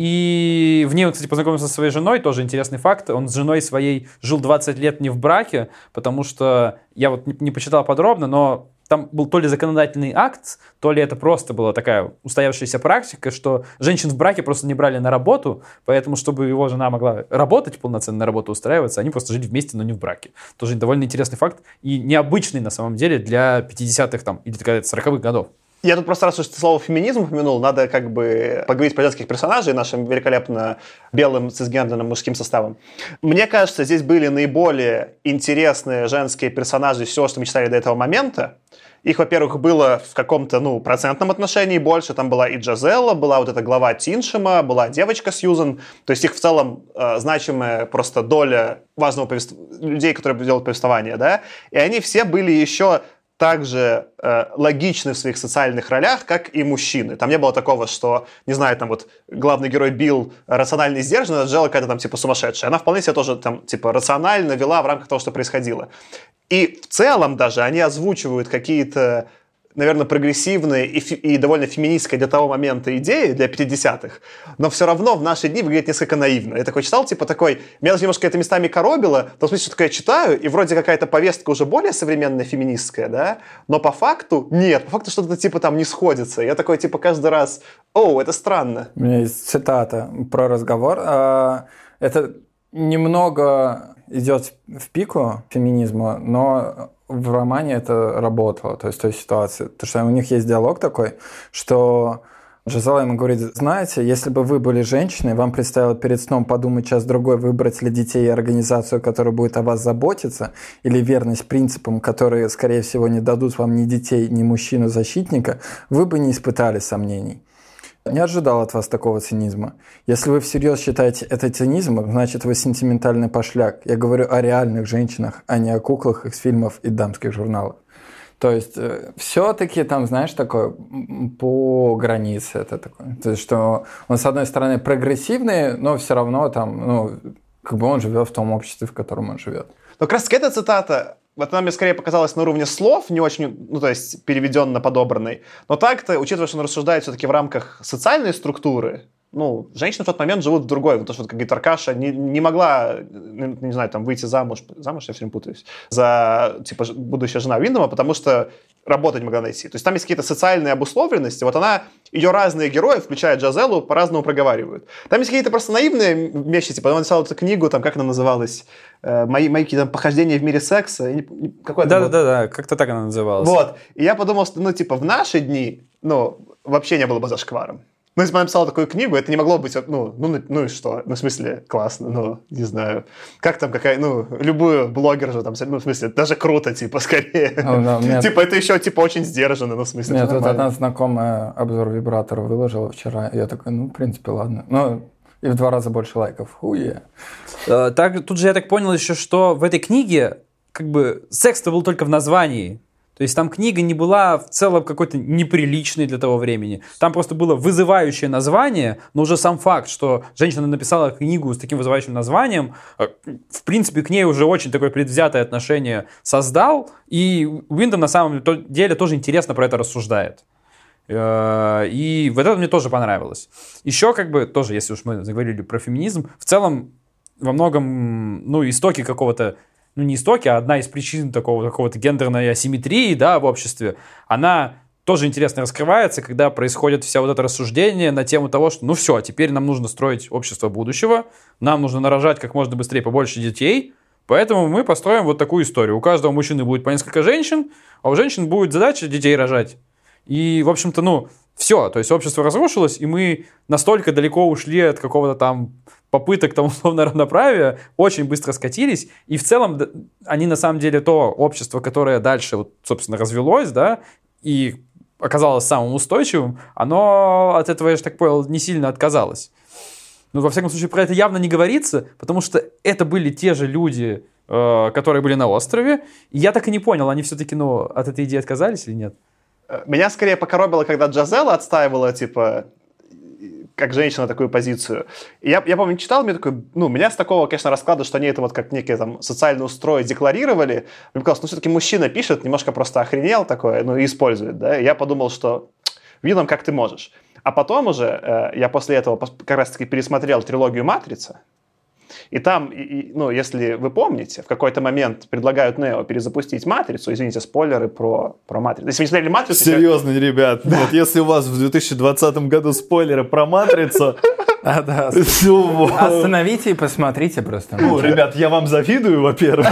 И в ней он, кстати, познакомился со своей женой, тоже интересный факт. Он с женой своей жил 20 лет не в браке, потому что, я вот не почитал подробно, но там был то ли законодательный акт, то ли это просто была такая устоявшаяся практика, что женщин в браке просто не брали на работу, поэтому, чтобы его жена могла работать, полноценно на работу устраиваться, они просто жили вместе, но не в браке. Тоже довольно интересный факт и необычный, на самом деле, для 50-х там, или 40-х годов. Я тут просто, раз уж ты слово «феминизм» упомянул, надо как бы поговорить про детских персонажей нашим великолепно белым цисгендерным мужским составом. Мне кажется, здесь были наиболее интересные женские персонажи из всего, что мы читали до этого момента. Их, во-первых, было в каком-то, процентном отношении больше. Там была и Джазелла, была вот эта глава Тиншема, была девочка Сьюзен. То есть их в целом значимая просто доля важного людей, которые делают повествование, да. И они все были еще так же логичны в своих социальных ролях, как и мужчины. Там не было такого, что, не знаю, там вот главный герой Билл рационально и сдержанно, а Джелла какая-то там типа сумасшедшая. Она вполне себе тоже там типа рационально вела в рамках того, что происходило. И в целом даже они озвучивают какие-то, наверное, прогрессивные и довольно феминистские для того момента идеи, для 50-х, но все равно в наши дни выглядит несколько наивно. Я такой читал, типа такой, меня даже немножко это местами коробило, в том смысле, что такое я читаю, и вроде какая-то повестка уже более современная, феминистская, да, но по факту нет, по факту что-то типа там не сходится. Я такой типа каждый раз, это странно. У меня есть цитата про разговор. Это немного идет в пику феминизма, но в романе это работало, то есть в той ситуации. Потому что у них есть диалог такой, что Джазела ему говорит: знаете, если бы вы были женщиной, вам предстояло перед сном подумать час-другой, выбрать ли детей и организацию, которая будет о вас заботиться, или верность принципам, которые, скорее всего, не дадут вам ни детей, ни мужчину-защитника, вы бы не испытали сомнений. Не ожидал от вас такого цинизма. Если вы всерьез считаете это цинизмом, значит, вы сентиментальный пошляк. Я говорю о реальных женщинах, а не о куклах из фильмов и дамских журналов. То есть, все-таки там, знаешь, такое по границе это такое. То есть, что он, с одной стороны, прогрессивный, но все равно там, как бы он живет в том обществе, в котором он живет. Но как раз эта цитата, вот она мне скорее показалась на уровне слов, не очень, то есть переведенно подобранной. Но так-то, учитывая, что он рассуждает все-таки в рамках социальной структуры, женщины в тот момент живут в другой. Потому что, как говорит Аркаша, не могла, не знаю, там, выйти замуж, я все время путаюсь, за, типа, будущая жена Уиндома, потому что работать не могла найти. То есть там есть какие-то социальные обусловленности. Вот ее разные герои, включая Джазелу, по-разному проговаривают. Там есть какие-то просто наивные вещи, типа, он написал эту книгу, там, как она называлась? Мои какие-то похождения в мире секса. Да, как-то так она называлась. Вот. И я подумал, что, в наши дни, вообще не было бы зашкваром. Если бы она написала такую книгу, это не могло быть, и что? В смысле, классно, не знаю. Как там, любую блогершу, там, в смысле, даже круто, скорее. Это еще, очень сдержанно, в смысле. Нет, тут одна знакомая обзор вибратора выложила вчера, и я такой, в принципе, ладно. И в 2 раза больше лайков. Тут же я так понял еще, что в этой книге, секс-то был только в названии. То есть там книга не была в целом какой-то неприличной для того времени. Там просто было вызывающее название, но уже сам факт, что женщина написала книгу с таким вызывающим названием, в принципе, к ней уже очень такое предвзятое отношение создал. И Уиндом на самом деле тоже интересно про это рассуждает. И вот это мне тоже понравилось. Еще тоже, если уж мы заговорили про феминизм, в целом во многом, истоки какого-то, не истоки, а одна из причин какого-то гендерной асимметрии, в обществе, она тоже интересно раскрывается, когда происходит вся вот это рассуждение на тему того, что все, теперь нам нужно строить общество будущего, нам нужно нарожать как можно быстрее побольше детей, поэтому мы построим вот такую историю. У каждого мужчины будет по несколько женщин, а у женщин будет задача детей рожать. И, в общем-то, все, то есть общество разрушилось, и мы настолько далеко ушли от какого-то там попыток там условно равноправия, очень быстро скатились, и в целом они на самом деле то общество, которое дальше, собственно, развелось, и оказалось самым устойчивым, оно от этого, я же так понял, не сильно отказалось. Во всяком случае, про это явно не говорится, потому что это были те же люди, которые были на острове, и я так и не понял, они все-таки, от этой идеи отказались или нет? Меня скорее покоробило, когда Джазела отстаивала, как женщина, такую позицию. И я помню, читал, мне такой, меня с такого, конечно, расклада, что они это вот как некий там социальный устрой декларировали. Мне показалось, все-таки мужчина пишет, немножко просто охренел такое, и использует, да. И я подумал, что видно, как ты можешь. А потом уже я после этого как раз-таки пересмотрел трилогию «Матрица». И там, если вы помните, в какой-то момент предлагают Нео перезапустить «Матрицу». Извините, спойлеры про «Матрицу». Если вы не смотрели «Матрицу»... Серьезно, ребят. Да. Вот если у вас в 2020 году спойлеры про «Матрицу», остановите и посмотрите просто. Ребят, я вам завидую, во-первых.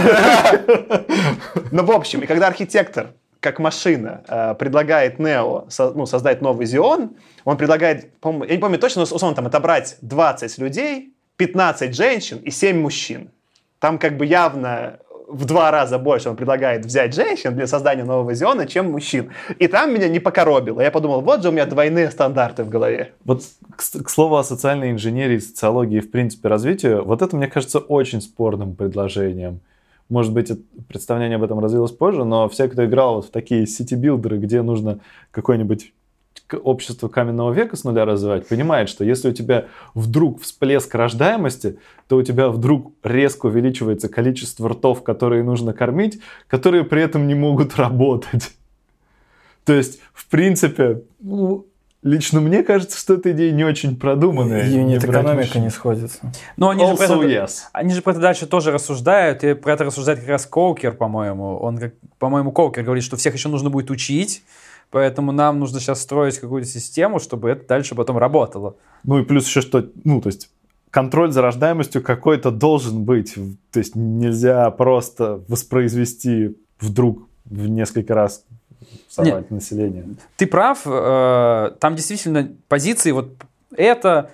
В общем, и когда архитектор, как машина, предлагает Нео создать новый Зион, он предлагает, я не помню точно, но условно там отобрать 20 людей, 15 женщин и 7 мужчин. Там явно в 2 раза больше он предлагает взять женщин для создания нового Зиона, чем мужчин. И там меня не покоробило. Я подумал, вот же у меня двойные стандарты в голове. Вот, к слову о социальной инженерии, социологии, в принципе, развитию, вот это, мне кажется, очень спорным предложением. может быть, представление об этом развилось позже, но все, кто играл вот в такие сити-билдеры, где нужно какое-нибудь общество каменного века с нуля развивать, понимает, что если у тебя вдруг всплеск рождаемости, то у тебя вдруг резко увеличивается количество ртов, которые нужно кормить, которые при этом не могут работать. То есть, в принципе, лично мне кажется, что эта идея не очень продуманная. Юнит-экономика не сходится. Но они yes. Они же про это дальше тоже рассуждают, и про это рассуждает как раз Коукер, по-моему. По-моему, Коукер говорит, что всех еще нужно будет учить, поэтому нам нужно сейчас строить какую-то систему, чтобы это дальше потом работало. Ну и плюс еще что, то есть контроль за рождаемостью какой-то должен быть. То есть нельзя просто воспроизвести вдруг в несколько раз население. Ты прав, там действительно позиции вот это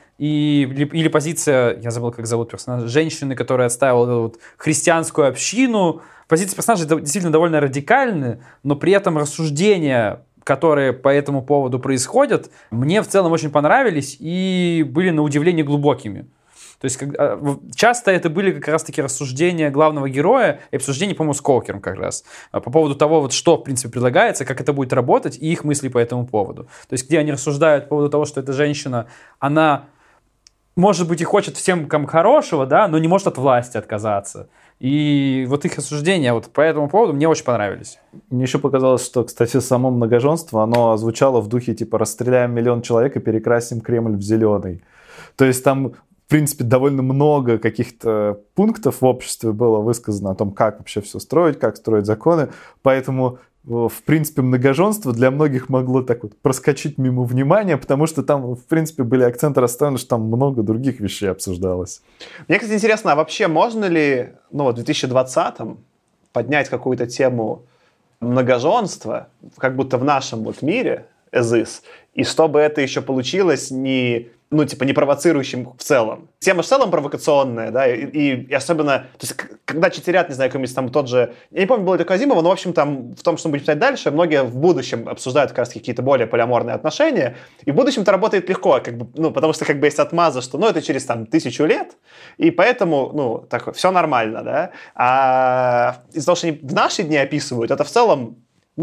или позиция, я забыл, как зовут персонажа, женщины, которая отстаивала эту вот христианскую общину. Позиции персонажей действительно довольно радикальны, но при этом рассуждения, которые по этому поводу происходят, мне в целом очень понравились и были на удивление глубокими. То есть часто это были как раз-таки рассуждения главного героя и обсуждения, по-моему, с Коукером как раз, по поводу того, вот, что, в принципе, предлагается, как это будет работать, и их мысли по этому поводу. То есть где они рассуждают по поводу того, что эта женщина, она, может быть, и хочет всем хорошего, да, но не может от власти отказаться. И вот их рассуждения вот по этому поводу мне очень понравились. Мне еще показалось, что, кстати, само многоженство, оно звучало в духе типа «расстреляем 1 миллион человек и перекрасим Кремль в зеленый». То есть там, в принципе, довольно много каких-то пунктов в обществе было высказано о том, как вообще все строить, как строить законы. Поэтому, в принципе, многоженство для многих могло так вот проскочить мимо внимания, потому что там, в принципе, были акценты расставлены, что там много других вещей обсуждалось. Мне, кстати, интересно, а вообще можно ли, в 2020-м поднять какую-то тему многоженства, как будто в нашем вот мире, as is, и чтобы это еще получилось не провоцирующим в целом. Тема в целом провокационная, да, и особенно, то есть, когда читерят, не знаю, какой-нибудь там тот же, я не помню, было ли это Казимова, но, в общем, там, в том, что мы будем читать дальше, многие в будущем обсуждают как раз какие-то более полиаморные отношения, и в будущем это работает легко, потому что, есть отмаза, что, это через, 1000 лет, и поэтому, все нормально, да, а из-за того, что они в наши дни описывают, это в целом,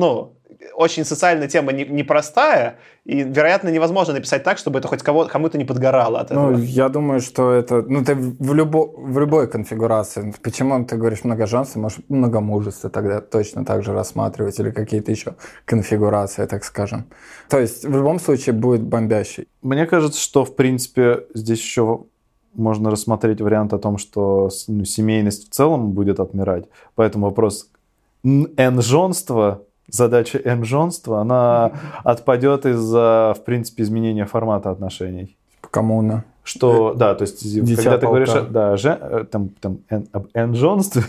очень социальная тема непростая, и, вероятно, невозможно написать так, чтобы это хоть кому-то не подгорало от этого. Я думаю, что это... ты в любой конфигурации. Почему ты говоришь многоженство? Может, многомужество тогда точно так же рассматривать, или какие-то еще конфигурации, так скажем. То есть, в любом случае, будет бомбящий. Мне кажется, что, в принципе, здесь еще можно рассмотреть вариант о том, что семейность в целом будет отмирать. Поэтому вопрос энжонства, задача энжонства, она отпадет из-за, в принципе, изменения формата отношений. Коммуна. Что, да, то есть, когда ты говоришь об энжонстве,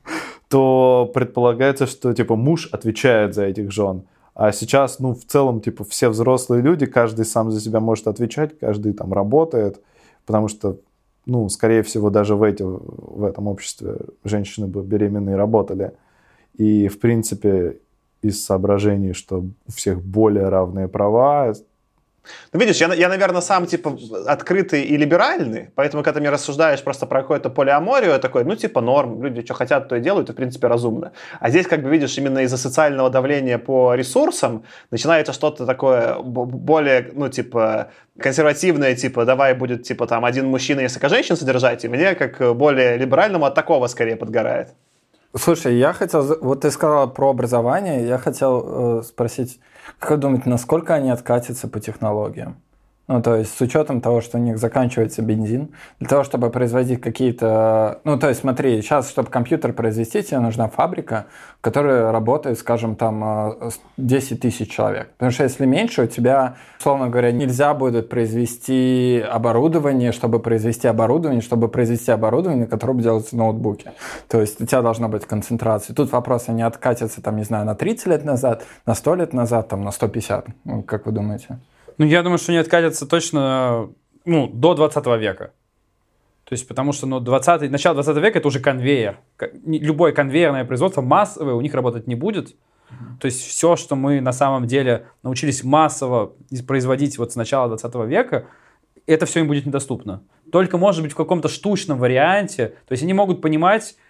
то предполагается, что, муж отвечает за этих жен. А сейчас, в целом, все взрослые люди, каждый сам за себя может отвечать, каждый там работает, потому что, скорее всего, даже в этом обществе женщины бы беременные работали. И, в принципе, из соображений, что у всех более равные права. Видишь, я, наверное, сам, открытый и либеральный, поэтому, когда ты мне рассуждаешь просто про какое-то полиаморию, я такой, норм, люди что хотят, то и делают, и, в принципе, разумно. А здесь, видишь, именно из-за социального давления по ресурсам начинается что-то такое более, консервативное, давай будет, один мужчина, несколько женщин содержать, и мне, как более либеральному, от такого скорее подгорает. Слушай, я хотел... Вот ты сказала про образование, я хотел спросить, как вы думаете, насколько они откатятся по технологиям? То есть с учетом того, что у них заканчивается бензин, для того, чтобы производить какие-то... то есть смотри, сейчас, чтобы компьютер произвести, тебе нужна фабрика, в которой работает, скажем, 10 тысяч человек. Потому что если меньше, у тебя, условно говоря, нельзя будет произвести оборудование, чтобы произвести оборудование, которое будет делаться в ноутбуке. То есть у тебя должна быть концентрация. Тут вопрос, они откатятся, на 30 лет назад, на 100 лет назад, на 150. Как вы думаете? Я думаю, что они откатятся точно до 20 века. То есть, потому что начало 20 века – это уже конвейер. Любое конвейерное производство массовое у них работать не будет. То есть, все, что мы на самом деле научились массово производить с начала 20 века, это все им будет недоступно. Только, может быть, в каком-то штучном варианте. То есть, они могут понимать,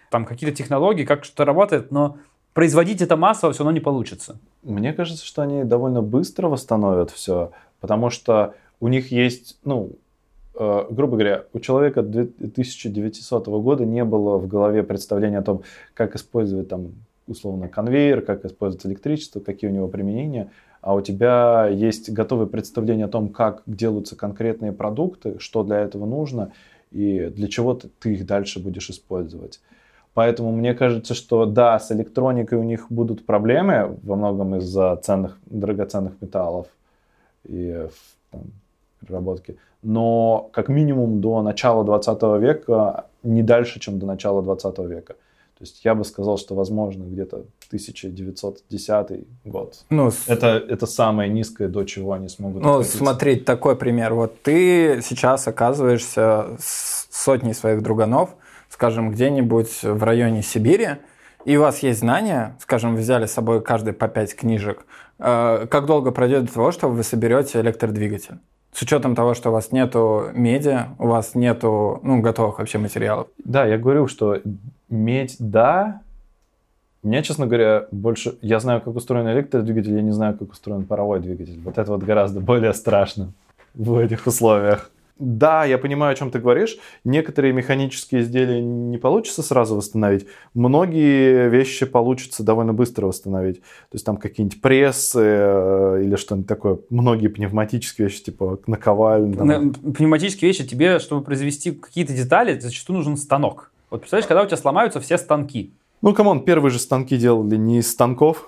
там какие-то технологии, как что-то работает, но производить это массово все равно не получится. Мне кажется, что они довольно быстро восстановят все, потому что у них есть, грубо говоря, у человека 1900 года не было в голове представления о том, как использовать там условно конвейер, как использовать электричество, какие у него применения, а у тебя есть готовое представление о том, как делаются конкретные продукты, что для этого нужно и для чего ты их дальше будешь использовать. Поэтому мне кажется, что да, с электроникой у них будут проблемы во многом из-за драгоценных металлов и переработки. Но как минимум до начала 20 века, не дальше, чем до начала 20 века. То есть я бы сказал, что возможно где-то 1910 год. Это самое низкое, до чего они смогут откатиться. Смотри, такой пример. Вот ты сейчас оказываешься с сотней своих друганов, скажем, где-нибудь в районе Сибири, и у вас есть знания, скажем, взяли с собой каждый по 5 книжек. Как долго пройдет до того, что вы соберете электродвигатель? С учетом того, что у вас нету меди, у вас нету готовых вообще материалов. Да, я говорю, что медь, да. Мне, честно говоря, больше... Я знаю, как устроен электродвигатель, я не знаю, как устроен паровой двигатель. Вот это вот гораздо более страшно в этих условиях. Да, я понимаю, о чем ты говоришь. Некоторые механические изделия не получится сразу восстановить. Многие вещи получится довольно быстро восстановить. То есть там какие-нибудь прессы или что-нибудь такое. Многие пневматические вещи, типа наковальня. Пневматические вещи, тебе, чтобы произвести какие-то детали, зачастую нужен станок. Вот представляешь, когда у тебя сломаются все станки. Камон, первые же станки делали не из станков.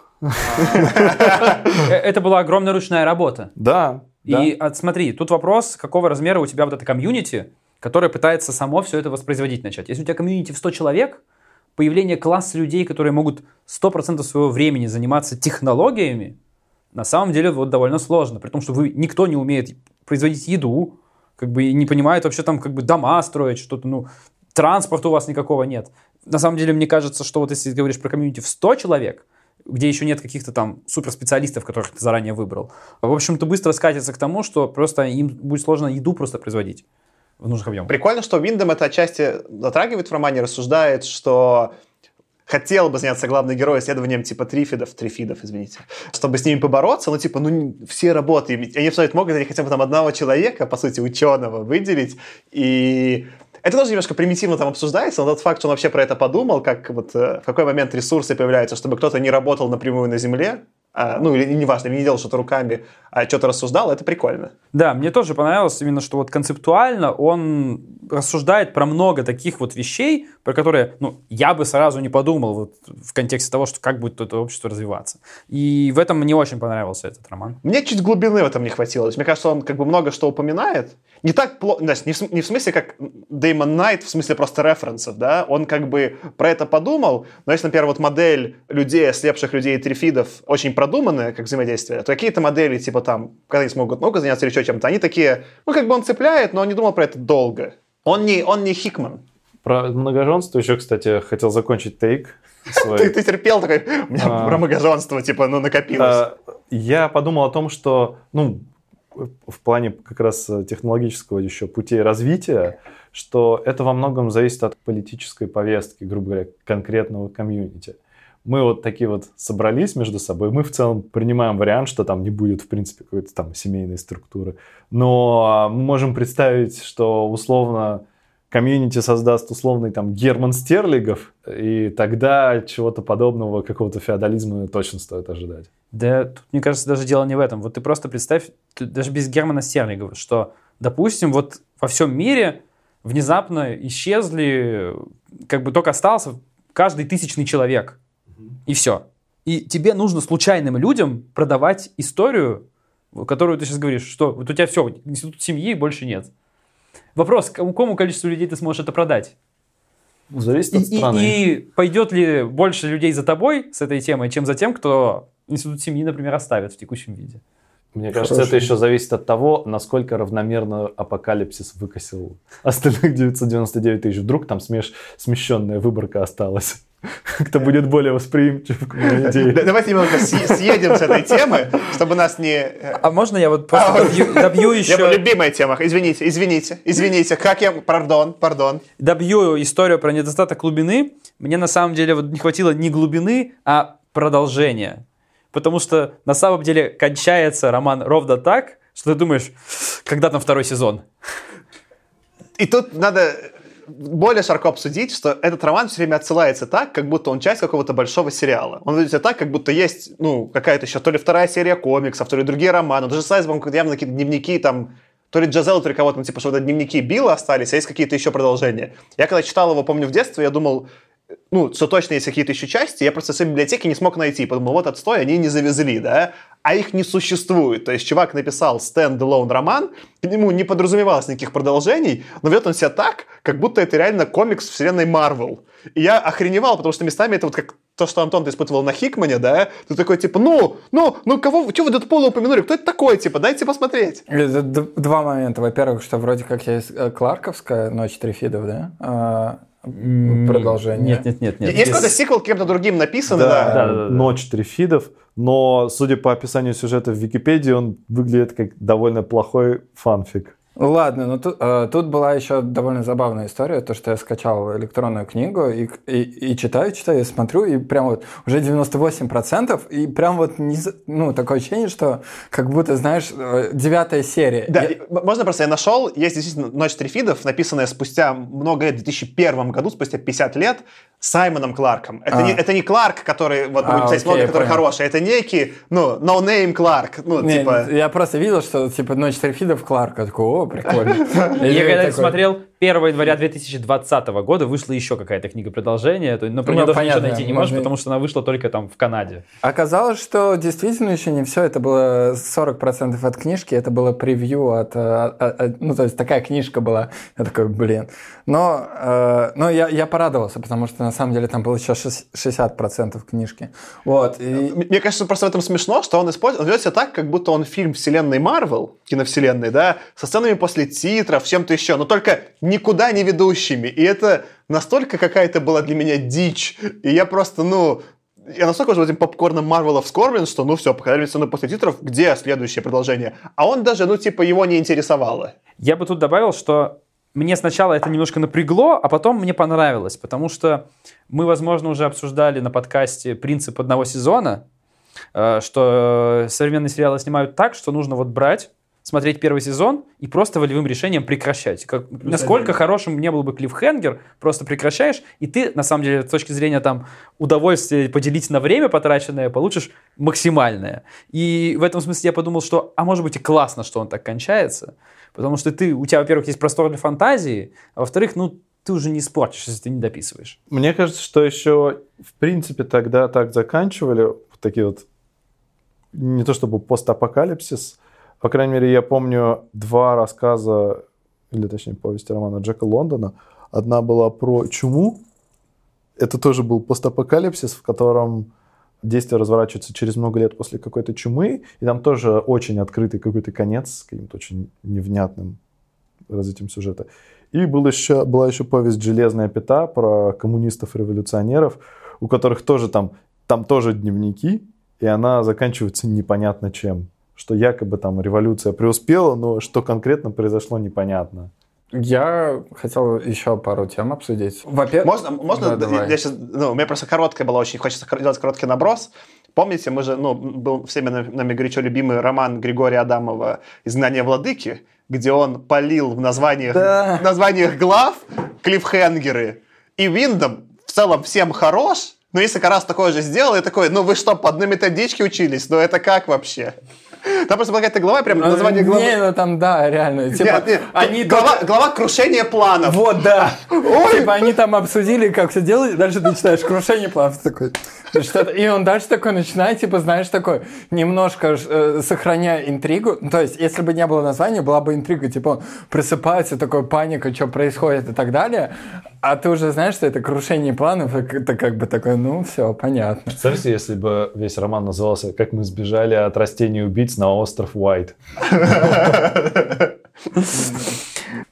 Это была огромная ручная работа. Да. И смотри, тут вопрос, какого размера у тебя вот это комьюнити, которое пытается само все это воспроизводить начать. Если у тебя комьюнити в 100 человек, появление класса людей, которые могут 100% своего времени заниматься технологиями, на самом деле вот довольно сложно. При том, что никто не умеет производить еду, и не понимает вообще там дома строить, что-то, транспорта у вас никакого нет. На самом деле, мне кажется, что вот если ты говоришь про комьюнити в 100 человек, где еще нет каких-то там суперспециалистов, которых ты заранее выбрал. В общем-то, быстро скатится к тому, что просто им будет сложно еду просто производить в нужных объемах. Прикольно, что Виндом это отчасти затрагивает в романе, рассуждает, что хотел бы заняться главный герой исследованием типа трифидов, извините, чтобы с ними побороться, все работы, они абсолютно могут, они хотя бы там одного человека, по сути, ученого выделить, и это тоже немножко примитивно там обсуждается, но тот факт, что он вообще про это подумал, как в какой момент ресурсы появляются, чтобы кто-то не работал напрямую на Земле, или неважно, не делал что-то руками, а что-то рассуждал, это прикольно. Да, мне тоже понравилось именно, что вот концептуально он рассуждает про много таких вот вещей, про которые, я бы сразу не подумал вот в контексте того, что как будет это общество развиваться. И в этом мне очень понравился этот роман. Мне чуть глубины в этом не хватило. То есть, мне кажется, он много что упоминает. Не так плохо, не в смысле, как Дэймон Найт, в смысле просто референсов, да, он про это подумал, но если, например, вот модель людей, ослепших людей трифидов очень продуманная, как взаимодействие, то какие-то модели, типа там, когда они смогут много заняться или еще чем-то, они такие, он цепляет, но он не думал про это долго. Он не Хикман. Про многоженство еще, кстати, хотел закончить тейк. Ты терпел такой, у меня про многоженство, накопилось. Я подумал о том, что, в плане как раз технологического еще путей развития, что это во многом зависит от политической повестки, грубо говоря, конкретного комьюнити. Мы вот такие вот собрались между собой, мы в целом принимаем вариант, что там не будет, в принципе, какой-то там семейной структуры, но мы можем представить, что условно комьюнити создаст условный там Герман Стерлигов, и тогда чего-то подобного, какого-то феодализма точно стоит ожидать. Да, тут, мне кажется, даже дело не в этом. Вот ты просто представь, даже без Германа Стерлигова, что, допустим, вот во всем мире внезапно исчезли, только остался каждый 1000-й человек. И все. И тебе нужно случайным людям продавать историю, которую ты сейчас говоришь, что вот у тебя все, институт семьи больше нет. Вопрос, какому количеству людей ты сможешь это продать? Зависит от страны. И пойдет ли больше людей за тобой с этой темой, чем за тем, кто институт семьи, например, оставит в текущем виде? Мне кажется, это еще зависит от того, насколько равномерно апокалипсис выкосил остальных 999 тысяч. Вдруг там смещенная выборка осталась. Кто будет более восприимчив к моей идее. Давайте немного съедем с этой темы, чтобы нас не... А можно я вот просто добью еще... Я любимая тема. Извините. Как я... Пардон. Добью историю про недостаток глубины. Мне на самом деле вот не хватило не глубины, а продолжения. Потому что на самом деле кончается роман ровно так, что ты думаешь, когда там второй сезон? И тут надо более широко обсудить, что этот роман все время отсылается так, как будто он часть какого-то большого сериала. Он выглядит так, как будто есть, какая-то еще то ли вторая серия комиксов, то ли другие романы. Даже с Айсбергом явно какие-то дневники там, то ли Джазел, то ли кого-то, что вот дневники Билла остались, а есть какие-то еще продолжения. Я когда читал его, помню, в детстве, я думал, что точно есть какие-то еще части, я просто в своей библиотеке не смог найти, подумал, вот отстой, они не завезли, да, а их не существует, то есть чувак написал стенд-алон роман, к нему не подразумевалось никаких продолжений, но ведет он себя так, как будто это реально комикс вселенной Марвел, и я охреневал, потому что местами это вот как то, что, Антон, ты испытывал на Хикмане, да, ты такой, типа, кого, что вы Дэдпула упомянули, кто это такой, типа, дайте посмотреть. Это два момента, во-первых, что вроде как есть Кларковская «Ночь Трифидов», да, продолжение. Нет. Есть какой-то сиквел кем-то другим написан, да. «Ночь Трифидов», но, судя по описанию сюжета в Википедии, он выглядит как довольно плохой фанфик. Ладно, но тут была еще довольно забавная история, то, что я скачал электронную книгу и читаю, я смотрю, и прям вот уже 98%, и прям вот такое ощущение, что как будто, знаешь, 9-я серия. Да, можно просто, я нашел, есть действительно «Ночь Трифидов», написанная спустя много лет, в 2001 году, спустя 50 лет, Саймоном Кларком. Это не Кларк, который, который хороший, это некий, no-name Кларк. Типа... Я просто видел, что, типа, «Ночь Трифидов» Кларк, я такой, о, прикольно. Я когда смотрел, 1 января 2020 года вышла еще какая-то книга продолжения, но про нее даже ничего найти не можешь, потому что она вышла только там в Канаде. Оказалось, что действительно еще не все, это было 40% от книжки, это было превью то есть такая книжка была. Я такой, блин. Но я порадовался, потому что на самом деле там было еще 60% книжки. Вот. Мне кажется, просто в этом смешно, что он ведет себя так, как будто он фильм вселенной Марвел, киновселенной, да, со сценами после титров, чем-то еще, но только никуда не ведущими. И это настолько какая-то была для меня дичь. И я просто, я настолько уже этим попкорном Марвела вскормлен, что, все, показали сцену после титров, где следующее продолжение. А он даже, его не интересовало. Я бы тут добавил, что мне сначала это немножко напрягло, а потом мне понравилось, потому что мы, возможно, уже обсуждали на подкасте принцип одного сезона, что современные сериалы снимают так, что нужно вот брать, смотреть первый сезон и просто волевым решением прекращать. Насколько хорошим не был бы клиффхенгер, просто прекращаешь, и ты, на самом деле, с точки зрения удовольствия поделить на время потраченное, получишь максимальное. И в этом смысле я подумал, что, может быть, и классно, что он так кончается, потому что у тебя, во-первых, есть простор для фантазии, а во-вторых, ты уже не испортишь, если ты не дописываешь. Мне кажется, что еще, в принципе, тогда так заканчивали, такие вот, не то чтобы постапокалипсис. По крайней мере, я помню 2 рассказа, или точнее повести романа Джека Лондона. Одна была про чуму. Это тоже был постапокалипсис, в котором действие разворачивается через много лет после какой-то чумы. И там тоже очень открытый какой-то конец с каким-то очень невнятным развитием сюжета. И была еще повесть «Железная пята» про коммунистов-революционеров, у которых тоже там тоже дневники, и она заканчивается непонятно чем. Что якобы там революция преуспела, но что конкретно произошло, непонятно. Я хотел еще пару тем обсудить. Во-первых, можно? Да, я сейчас, у меня просто короткая была, очень хочется делать короткий наброс. Помните, мы же, был всеми нами горячо любимый роман Григория Адамова «Изгнание владыки», где он палил в названиях глав клиффхенгеры. И Виндом в целом всем хорош, но несколько раз такое же сделал, и такой, вы что, по одной методичке учились? Это как вообще? Там просто была какая-то глава, прям название главы. Не, там, да, реально. Типа, нет. Глава крушения планов. Вот, да. Типа они там обсудили, как все делать, дальше ты читаешь крушение планов. Такой, и он дальше такой начинает, типа, знаешь, такой, немножко сохраняя интригу. То есть, если бы не было названия, была бы интрига. Типа, он просыпается, такой паника, что происходит и так далее. А ты уже знаешь, что это крушение планов, это как бы такое, все, понятно. Представьте, если бы весь роман назывался «Как мы сбежали от растений убийц на остров Уайт».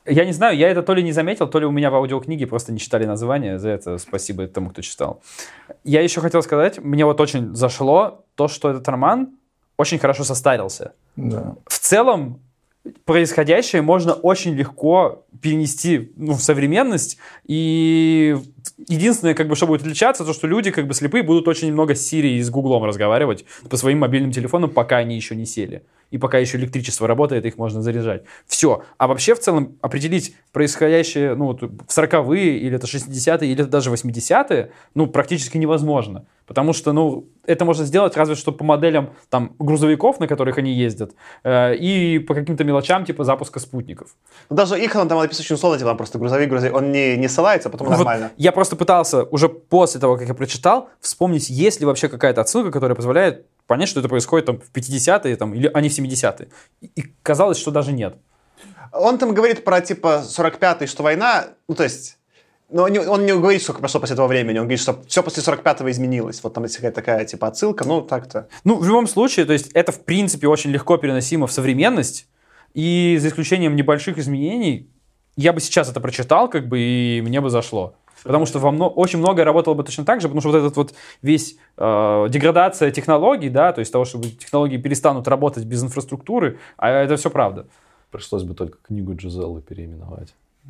Я не знаю, я это то ли не заметил, то ли у меня в аудиокниге просто не читали название. За это спасибо тому, кто читал. Я еще хотел сказать, мне вот очень зашло то, что этот роман очень хорошо состарился. Да. В целом, происходящее можно очень легко перенести в современность. И единственное, что будет отличаться, то, что люди, слепые, будут очень много с Siri и с Гуглом разговаривать по своим мобильным телефонам, пока они еще не сели. И пока еще электричество работает, их можно заряжать. Все. А вообще, в целом, определить происходящее в 40-е, или это 60-е, или это даже 80-е, практически невозможно. Потому что, это можно сделать разве что по моделям грузовиков, на которых они ездят, и по каким-то мелочам, типа запуска спутников. Даже их там написано очень условно, типа, просто грузовик, он не ссылается, потом нормально. Я просто пытался уже после того, как я прочитал, вспомнить, есть ли вообще какая-то отсылка, которая позволяет понять, что это происходит в 50-е, или они в 70-е. И казалось, что даже нет. Он там говорит про, 45-й, что война, но он не говорит, что прошло после этого времени, он говорит, что все после 45-го изменилось. Вот там есть какая-то такая, отсылка, так-то. В любом случае, то есть это, в принципе, очень легко переносимо в современность, и за исключением небольших изменений, я бы сейчас это прочитал, и мне бы зашло. Потому что очень многое работало бы точно так же, потому что вот этот весь деградация технологий, да, то есть того, что технологии перестанут работать без инфраструктуры, а это все правда. Пришлось бы только книгу Джизеллы переименовать.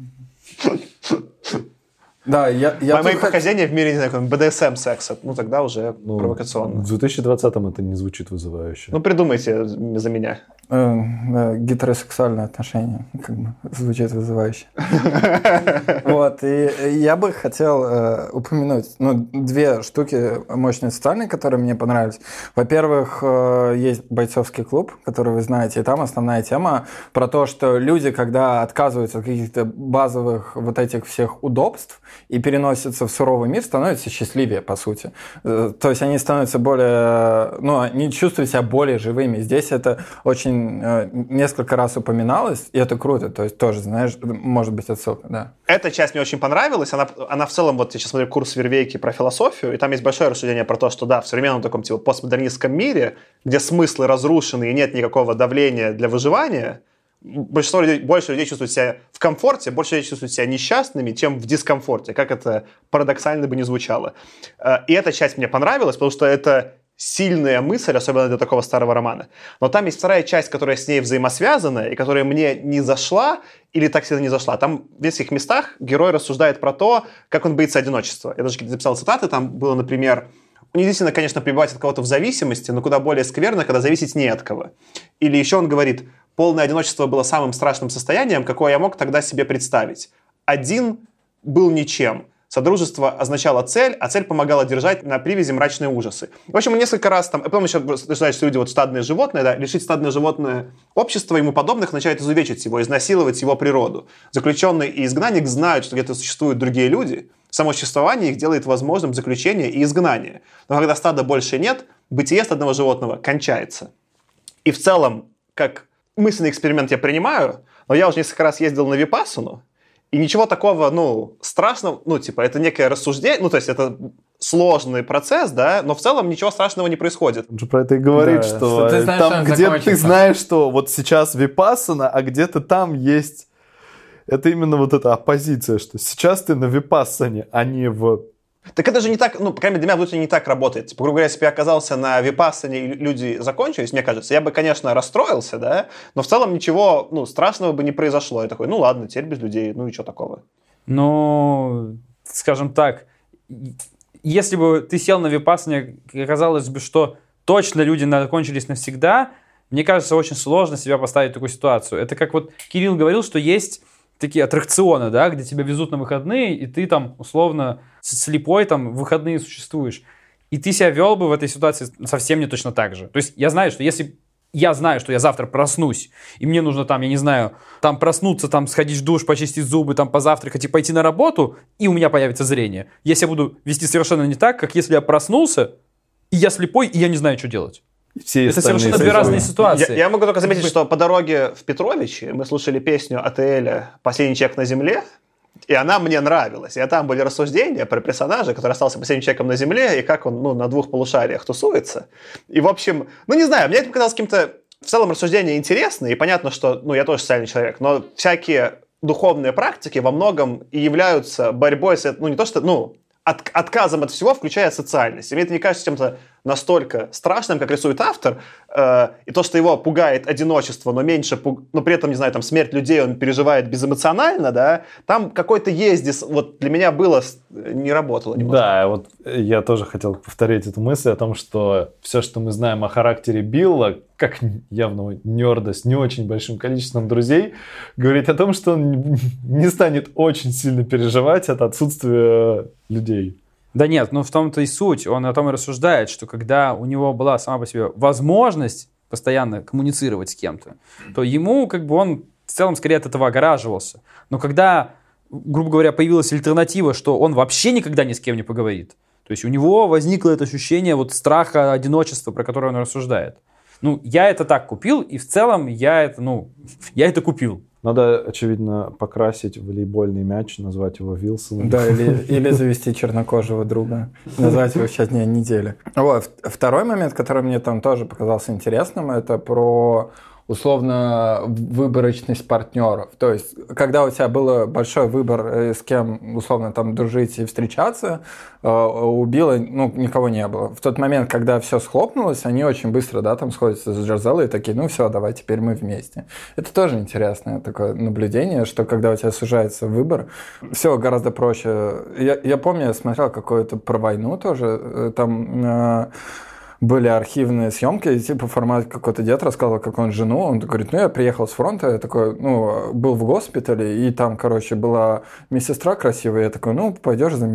Да, мои похождения в мире, не знаю, БДСМ секса, тогда уже провокационно. В 2020-м это не звучит вызывающе. Придумайте за меня. Гетеросексуальные отношения, звучит вызывающе. Вот, и я бы хотел упомянуть, две штуки мощные социальные, которые мне понравились. Во-первых, есть бойцовский клуб, который вы знаете, и там основная тема про то, что люди, когда отказываются от каких-то базовых вот этих всех удобств и переносятся в суровый мир, становятся счастливее, по сути. То есть они становятся более, они чувствуют себя более живыми. Здесь это очень несколько раз упоминалось, и это круто. То есть тоже, знаешь, может быть отсылка, да. Эта часть мне очень понравилась. Она в целом, вот я сейчас смотрю курс Вервейки про философию, и там есть большое рассуждение про то, что да, в современном таком постмодернистском мире, где смыслы разрушены и нет никакого давления для выживания, больше людей чувствуют себя в комфорте, больше людей чувствуют себя несчастными, чем в дискомфорте, как это парадоксально бы не звучало. И эта часть мне понравилась, потому что это сильная мысль, особенно для такого старого романа. Но там есть вторая часть, которая с ней взаимосвязана, и которая мне не зашла, или так сильно не зашла. Там в нескольких местах герой рассуждает про то, как он боится одиночества. Я даже записал цитаты, там было, например, унизительно, конечно, пребывать от кого-то в зависимости, но куда более скверно, когда зависеть не от кого. Или еще он говорит, полное одиночество было самым страшным состоянием, какое я мог тогда себе представить. Один был ничем. Содружество означало цель, а цель помогала держать на привязи мрачные ужасы. В общем, несколько раз там, и потом еще рассуждает, что люди стадные животные, да, лишить стадное животное общество ему подобных начинает изувечить его, изнасиловать его природу. Заключенный и изгнанник знают, что где-то существуют другие люди. Само существование их делает возможным заключение и изгнание. Но когда стада больше нет, бытие стадного животного кончается. И в целом, как мысленный эксперимент я принимаю, но я уже несколько раз ездил на випассану, и ничего такого, страшного, это некое рассуждение, то есть это сложный процесс, да, но в целом ничего страшного не происходит. Он же про это и говорит, да, что ты знаешь, там где-то ты знаешь, что вот сейчас випассана, а где-то там есть... Это именно вот эта оппозиция, что сейчас ты на випассане, а не в... Так это же не так, по крайней мере, для меня внутренне не так работает. Грубо говоря, если бы я оказался на випассане и люди закончились, мне кажется, я бы, конечно, расстроился, да, но в целом ничего, страшного бы не произошло. Я такой, ладно, теперь без людей, и что такого? Скажем так, если бы ты сел на випассане, оказалось бы, что точно люди закончились навсегда, мне кажется, очень сложно себя поставить в такую ситуацию. Это как вот Кирилл говорил, что есть такие аттракционы, да, где тебя везут на выходные, и ты там, условно, слепой там в выходные существуешь. И ты себя вел бы в этой ситуации совсем не точно так же. То есть я знаю, что если я знаю, что я завтра проснусь, и мне нужно там, я не знаю, там проснуться, там сходить в душ, почистить зубы, там позавтракать и пойти на работу, и у меня появится зрение. Я себя буду вести совершенно не так, как если я проснулся, и я слепой, и я не знаю, что делать. Это совершенно две разные ситуации. Я могу только заметить, что по дороге в Петровичи мы слушали песню АТЛ «Последний человек на земле», и она мне нравилась. И там были рассуждения про персонажа, который остался последним человеком на земле, и как он на двух полушариях тусуется. И, в общем, не знаю, мне это показалось каким-то в целом рассуждение интересное, и понятно, что я тоже социальный человек, но всякие духовные практики во многом и являются борьбой с, ну, не то что, ну, отказом от всего, включая социальность. И мне это не кажется чем-то настолько страшным, как рисует автор, и то, что его пугает одиночество, но меньше, но при этом, не знаю, там, смерть людей он переживает безэмоционально, да, там какой-то ездис, вот для меня было, не работало немного. Да, вот я тоже хотел повторить эту мысль о том, что все, что мы знаем о характере Билла, как явного нерда с не очень большим количеством друзей, говорит о том, что он не станет очень сильно переживать от отсутствия людей. Да нет, ну в том-то и суть. Он о том и рассуждает, что когда у него была сама по себе возможность постоянно коммуницировать с кем-то, то ему как бы он в целом скорее от этого огораживался. Но когда, грубо говоря, появилась альтернатива, что он вообще никогда ни с кем не поговорит, то есть у него возникло это ощущение вот страха, одиночества, про которое он рассуждает. Ну, я это так купил, и в целом я это купил. Надо, очевидно, покрасить волейбольный мяч, назвать его Вилсоном. Да, или завести чернокожего друга, назвать его сейчас дня недели. Вот. Второй момент, который мне там тоже показался интересным, это про условно выборочность партнеров. То есть, когда у тебя был большой выбор, с кем условно там дружить и встречаться, у Билла, ну, никого не было. В тот момент, когда все схлопнулось, они очень быстро, да, там сходятся с Джарзеллой и такие, ну все, давай теперь мы вместе. Это тоже интересное такое наблюдение, что когда у тебя сужается выбор, все гораздо проще. Я помню, я смотрел какую-то про войну тоже, там были архивные съемки, и типа формат какой-то дед рассказывал, как он жену, он говорит, ну я приехал с фронта, я такой, ну, был в госпитале, и там, короче, была медсестра красивая, я такой, ну, пойдешь за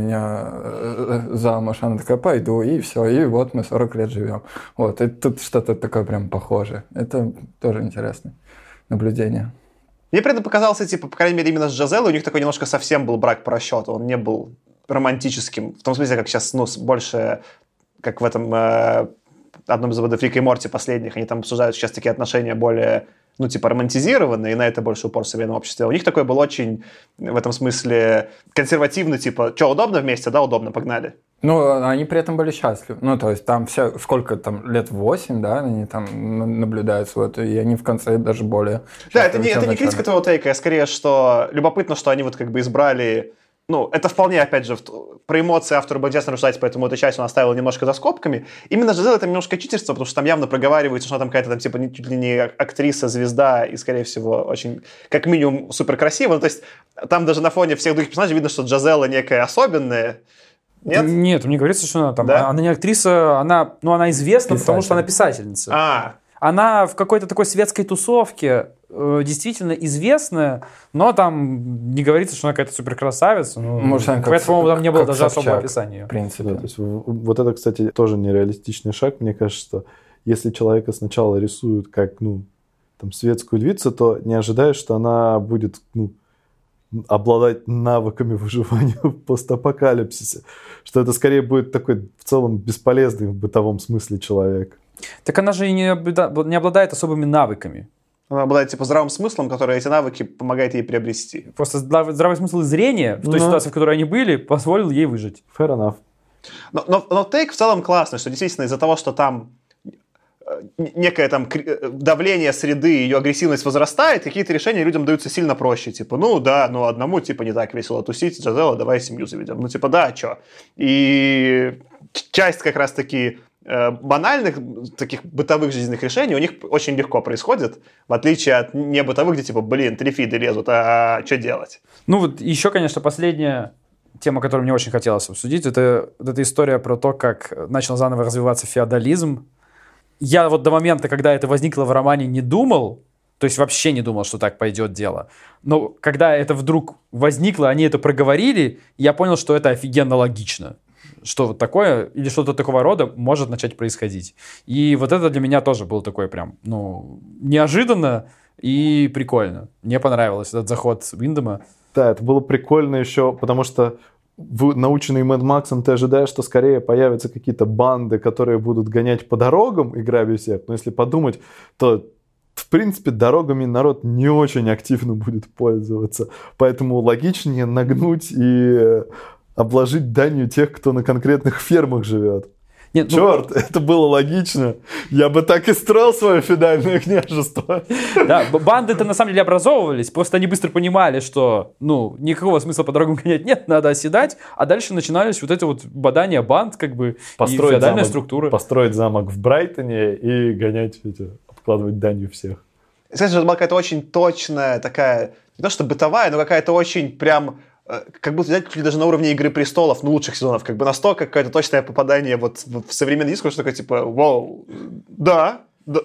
меня замуж? Она такая, пойду, и все, и вот мы 40 лет живем. Вот, и тут что-то такое прям похожее. Это тоже интересное наблюдение. Мне при этом показалось, типа, по крайней мере, именно с Джазеллой у них такой немножко совсем был брак по расчету, он не был романтическим, в том смысле, как сейчас, ну, больше, как в этом одном из эпизодов Рика и Морти последних, они там обсуждают сейчас такие отношения более, ну, типа, романтизированные, и на это больше упор в современном обществе. У них такой был очень, в этом смысле, консервативный, типа, что, удобно вместе? Да, удобно, погнали. Ну, они при этом были счастливы. Ну, то есть там все, сколько там, лет 8, да, они там наблюдают вот, и они в конце даже более... Да, это не критика твоего тейка, а скорее, что любопытно, что они вот как бы избрали... Ну, это вполне, опять же, про эмоции автор был интересно рассуждать, поэтому эту часть он оставил немножко за скобками. Именно Жизель это немножко читерство, потому что там явно проговаривается, что она там какая-то там, типа, чуть ли не актриса, звезда, и, скорее всего, очень, как минимум, супер красиво. Ну, то есть, там даже на фоне всех других персонажей видно, что Джазелла некая особенная. Нет? Нет, мне говорится, что она там... Да? Она не актриса, она известна, потому что она писательница. Она в какой-то такой светской тусовке действительно известная, но там не говорится, что она какая-то суперкрасавица. Ну, может, поэтому там не было даже особого описания. В принципе. Да, то есть, вот это, кстати, тоже нереалистичный шаг. Мне кажется, что если человека сначала рисуют как, ну, там, светскую львицу, то не ожидаешь, что она будет, ну, обладать навыками выживания в постапокалипсисе. Что это скорее будет такой в целом бесполезный в бытовом смысле человек. Так она же и не обладает особыми навыками. Она обладает, типа, здравым смыслом, который эти навыки помогает ей приобрести. Просто здравый смысл и зрение в той ситуации, в которой они были, позволил ей выжить. Fair enough. Но тейк в целом классный, что действительно из-за того, что там некое там давление среды, ее агрессивность возрастает, какие-то решения людям даются сильно проще. Типа, ну да, ну одному типа не так весело тусить, Джазелла, давай семью заведем. Ну типа, да, а чё? И часть как раз-таки банальных таких бытовых жизненных решений у них очень легко происходит, в отличие от небытовых, где типа, блин, трифиды лезут, а что делать? Ну вот еще, конечно, последняя тема, которую мне очень хотелось обсудить, это вот эта история про то, как начал заново развиваться феодализм. Я вот до момента, когда это возникло в романе, не думал, то есть вообще не думал, что так пойдет дело. Но когда это вдруг возникло, они это проговорили, я понял, что это офигенно логично. Что вот такое или что-то такого рода может начать происходить. И вот это для меня тоже было такое прям, ну, неожиданно и прикольно. Мне понравился этот заход Уиндема. Да, это было прикольно еще, потому что наученный Мэд Максом ты ожидаешь, что скорее появятся какие-то банды, которые будут гонять по дорогам и грабить всех. Но если подумать, то в принципе дорогами народ не очень активно будет пользоваться. Поэтому логичнее нагнуть и обложить данью тех, кто на конкретных фермах живет. Нет, Черт, это было логично. Я бы так и строил свое феодальное княжество. Да, банды-то на самом деле образовывались, просто они быстро понимали, что, никакого смысла по-другому гонять нет, надо оседать, а дальше начинались вот эти вот бадания банд, как бы, и феодальная структура. Построить замок в Брайтоне и гонять, обкладывать данью всех. Кстати, это была какая-то очень точная такая, не то что бытовая, но какая-то очень прям... Как будто взять даже на уровне «Игры престолов», лучших сезонов, как бы настолько какое-то точное попадание вот в современный дискурс, что такое типа, вау, да,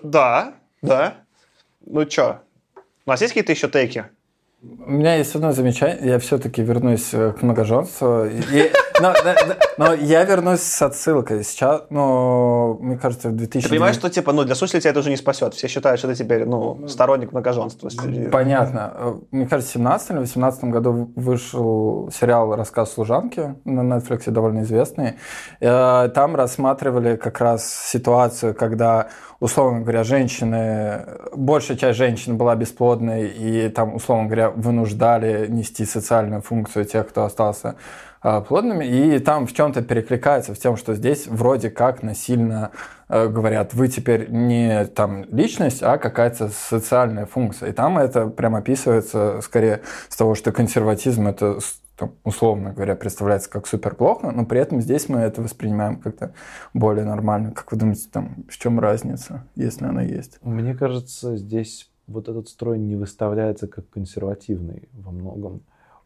ну чё? У нас есть какие-то еще тейки? У меня есть одно замечание, я все-таки вернусь к многоженству. Но я вернусь с отсылкой. Сейчас, мне кажется, в 2000... Ты понимаешь, что типа, для слушателей тебя это уже не спасет. Все считают, что ты теперь, сторонник многоженства. Понятно. Мне кажется, в 2017 или 2018 году вышел сериал «Рассказ служанки» на Netflix, довольно известный. Там рассматривали как раз ситуацию, когда, условно говоря, большая часть женщин была бесплодной, и там, условно говоря, вынуждали нести социальную функцию тех, кто остался плодными, и там в чем-то перекликается в том, что здесь вроде как насильно говорят, вы теперь не там личность, а какая-то социальная функция. И там это прям описывается скорее с того, что консерватизм это, условно говоря, представляется как супер плохо, но при этом здесь мы это воспринимаем как-то более нормально. Как вы думаете, в чем разница, если она есть? Мне кажется, здесь вот этот строй не выставляется как консервативный во многом.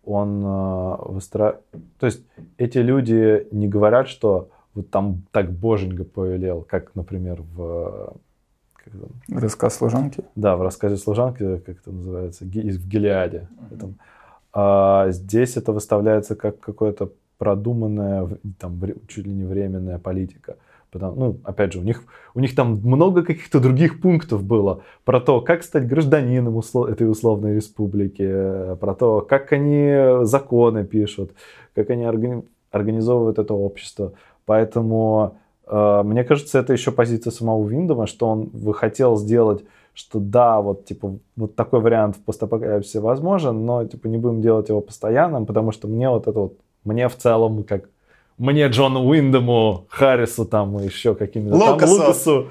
То есть эти люди не говорят, что вот там так боженька повелел, как, например, в «Рассказ служанки». Да, в «Рассказе служанки», как это называется, в «Гилеаде». Здесь это выставляется как какое-то продуманная, там, чуть ли не временная политика. Опять же, у них там много каких-то других пунктов было про то, как стать гражданином этой условной республики, про то, как они законы пишут, как они организовывают это общество. Поэтому, мне кажется, это еще позиция самого Уиндома, что он хотел сделать, что да, вот такой вариант в постапокалипсисе возможен, но не будем делать его постоянным, потому что мне в целом, мне Джону Уиндому, Харрису и еще каким-то Лукасу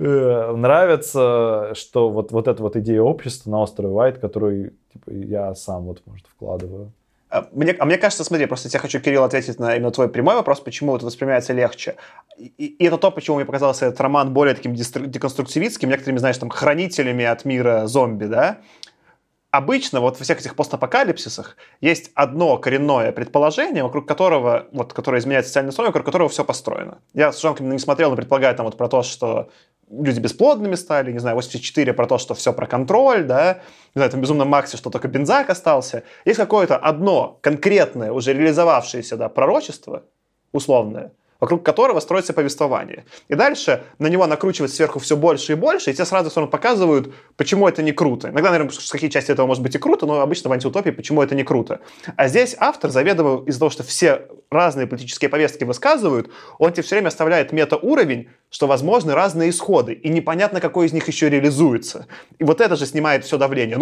нравится, что вот эта вот идея общества на острове Уайт, которую я сам может вкладываю. Мне кажется, смотри, просто я хочу, Кирилл, ответить на именно твой прямой вопрос, почему это воспринимается легче. И это то, почему мне показался этот роман более таким деконструктивистским, некоторыми, знаешь, хранителями от мира зомби, да? Обычно вот во всех этих постапокалипсисах есть одно коренное предположение, вокруг которого, которое изменяет социальные условия, вокруг которого все построено. Я с Жанками не смотрел, но предполагаю про то, что люди бесплодными стали, 84 про то, что все про контроль, да, Безумном Максе, что только Бензак остался. Есть какое-то одно конкретное, уже реализовавшееся, пророчество, условное, вокруг которого строится повествование. И дальше на него накручивать сверху все больше и больше, и тебе сразу показывают, почему это не круто. Иногда, наверное, какие части этого может быть и круто, но обычно в антиутопии почему это не круто. А здесь автор, заведомо из-за того, что все разные политические повестки высказывают, он тебе все время оставляет мета-уровень, что возможны разные исходы, и непонятно, какой из них еще реализуется. И вот это же снимает все давление.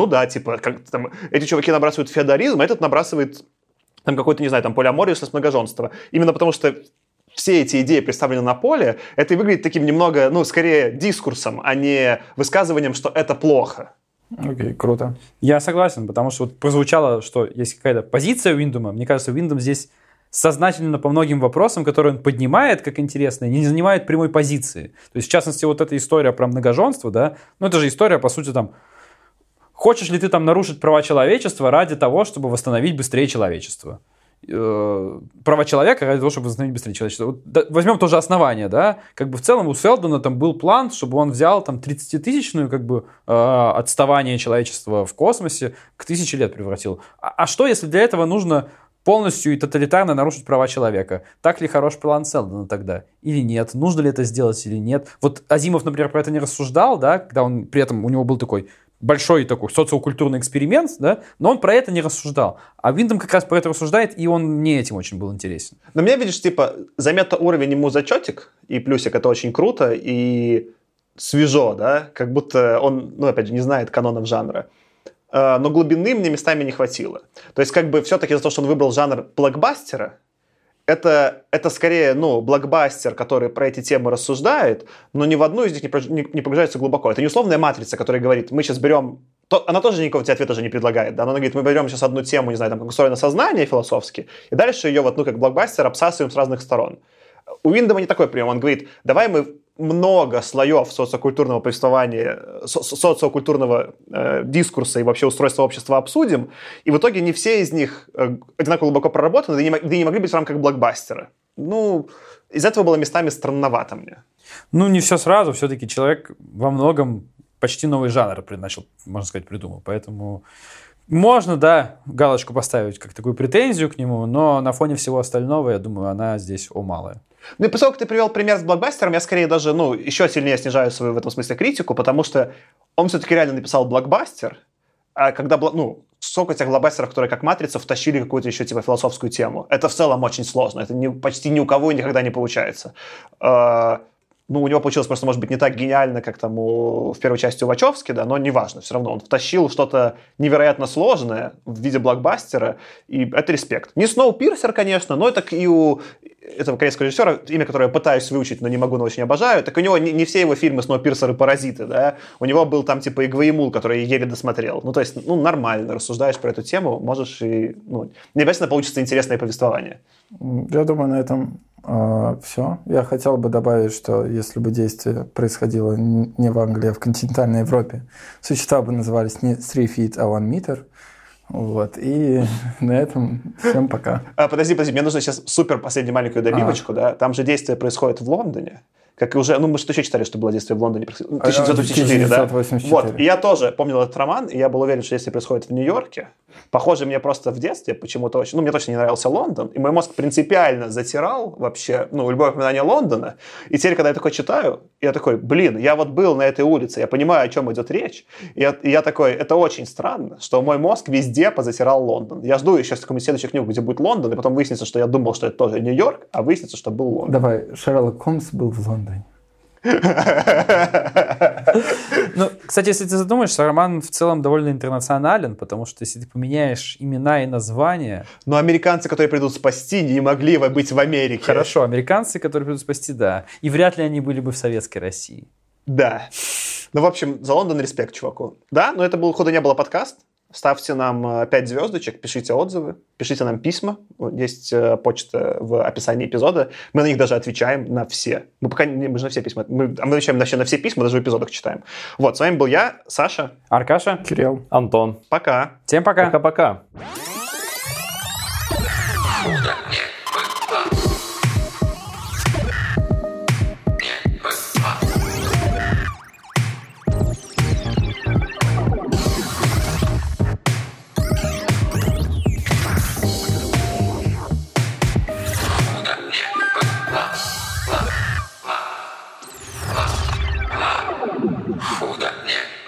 Эти чуваки набрасывают феодализм, а этот набрасывает какой-то, полиаморию с многоженство. Именно потому что все эти идеи представлены на поле, это и выглядит таким немного, скорее дискурсом, а не высказыванием, что это плохо. Окей, круто. Я согласен, потому что прозвучало, что есть какая-то позиция Уиндома. Мне кажется, Уиндом здесь сознательно по многим вопросам, которые он поднимает как интересные, не занимает прямой позиции. То есть, в частности, вот эта история про многоженство, да, это же история, по сути, хочешь ли ты нарушить права человечества ради того, чтобы восстановить быстрее человечество? Права человека ради того, чтобы восстановить быстрее человечество. Возьмем тоже основание, да, в целом у Селдона был план, чтобы он взял 30-тысячную отставание человечества в космосе к 1000 лет превратил. А что, если для этого нужно полностью и тоталитарно нарушить права человека? Так ли хорош план Селдона тогда? Или нет? Нужно ли это сделать или нет? Вот Азимов, например, про это не рассуждал, да, когда он при этом у него был такой большой социокультурный эксперимент, да, но он про это не рассуждал. А Уиндом как раз про это рассуждает, и он мне этим очень был интересен. Но мне, видишь, за мета-уровень ему зачетик, и плюсик, это очень круто, и свежо, да, как будто он, опять же, не знает канонов жанра. Но глубины мне местами не хватило. То есть, все-таки за то, что он выбрал жанр блокбастера, это скорее, блокбастер, который про эти темы рассуждает, но ни в одну из них не погружается глубоко. Это не условная матрица, которая говорит, мы сейчас берем... Она тоже никакого тебе ответа же не предлагает. Да? Она говорит, мы берем сейчас одну тему, не знаю, там, как устроено сознание философски, и дальше ее как блокбастер обсасываем с разных сторон. У Уиндема не такой прием. Он говорит, давай мы много слоев социокультурного повествования, социокультурного дискурса и вообще устройства общества обсудим, и в итоге не все из них одинаково глубоко проработаны, да и не могли быть в рамках блокбастера. Из этого было местами странновато мне. Не все сразу. Все-таки человек во многом почти новый жанр начал, можно сказать, придумал. Поэтому можно, да, галочку поставить как такую претензию к нему, но на фоне всего остального, я думаю, она здесь малая. И поскольку ты привел пример с блокбастером, я скорее даже, еще сильнее снижаю свою в этом смысле критику, потому что он все-таки реально написал блокбастер, а когда, сколько тех блокбастеров, которые как «Матрица» втащили какую-то еще типа философскую тему. Это в целом очень сложно, это почти ни у кого никогда не получается. У него получилось просто, может быть, не так гениально, как там в первой части у Вачовски, да, но неважно, все равно он втащил что-то невероятно сложное в виде блокбастера, и это респект. Не Сноупирсер, конечно, но это и у этого корейского режиссера, имя, которое я пытаюсь выучить, но не могу, но очень обожаю, так у него не все его фильмы Сноупирсер и Паразиты, да, у него был там типа Игваимул, который я еле досмотрел. То есть, нормально, рассуждаешь про эту тему, можешь и, не обязательно получится интересное повествование. Я думаю, на этом все. Я хотел бы добавить, что если бы действие происходило не в Англии, а в континентальной Европе, существа бы назывались не 3 feet, а 1 meter. И на этом всем пока. Подожди, мне нужно сейчас супер последнюю маленькую добивочку, да? Там же действие происходит в Лондоне. Как и уже, мы что еще читали, что было действие в Лондоне? 1984, да? 1984. И я тоже помнил этот роман, и я был уверен, что действие происходит в Нью-Йорке. Похоже, мне просто в детстве почему-то очень... мне точно не нравился Лондон, и мой мозг принципиально затирал вообще, любое упоминание Лондона. И теперь, когда я такой читаю, я такой, я был на этой улице, я понимаю, о чем идет речь. И я такой, это очень странно, что мой мозг везде позатирал Лондон. Я жду еще какую-нибудь следующую книгу, где будет Лондон, и потом выяснится, что я думал, что это тоже Нью-Йорк, а выяснится, что был Лондон. Давай, Шерлок Холмс был в Лондоне. Кстати, если ты задумаешься, роман в целом довольно интернационален, потому что если ты поменяешь имена и названия... Но американцы, которые придут спасти, не могли бы быть в Америке. Хорошо, американцы, которые придут спасти, да. И вряд ли они были бы в советской России. Да. В общем, за Лондон респект чуваку. Да, но это был «Худо не было» подкаст. Ставьте нам 5 звездочек, пишите отзывы, пишите нам письма. Есть почта в описании эпизода. Мы на них даже отвечаем на все. Мы же на все письма. Мы отвечаем на все письма, даже в эпизодах читаем. С вами был я, Саша. Аркаша. Кирилл. Антон. Пока. Всем пока. Пока-пока. Худо не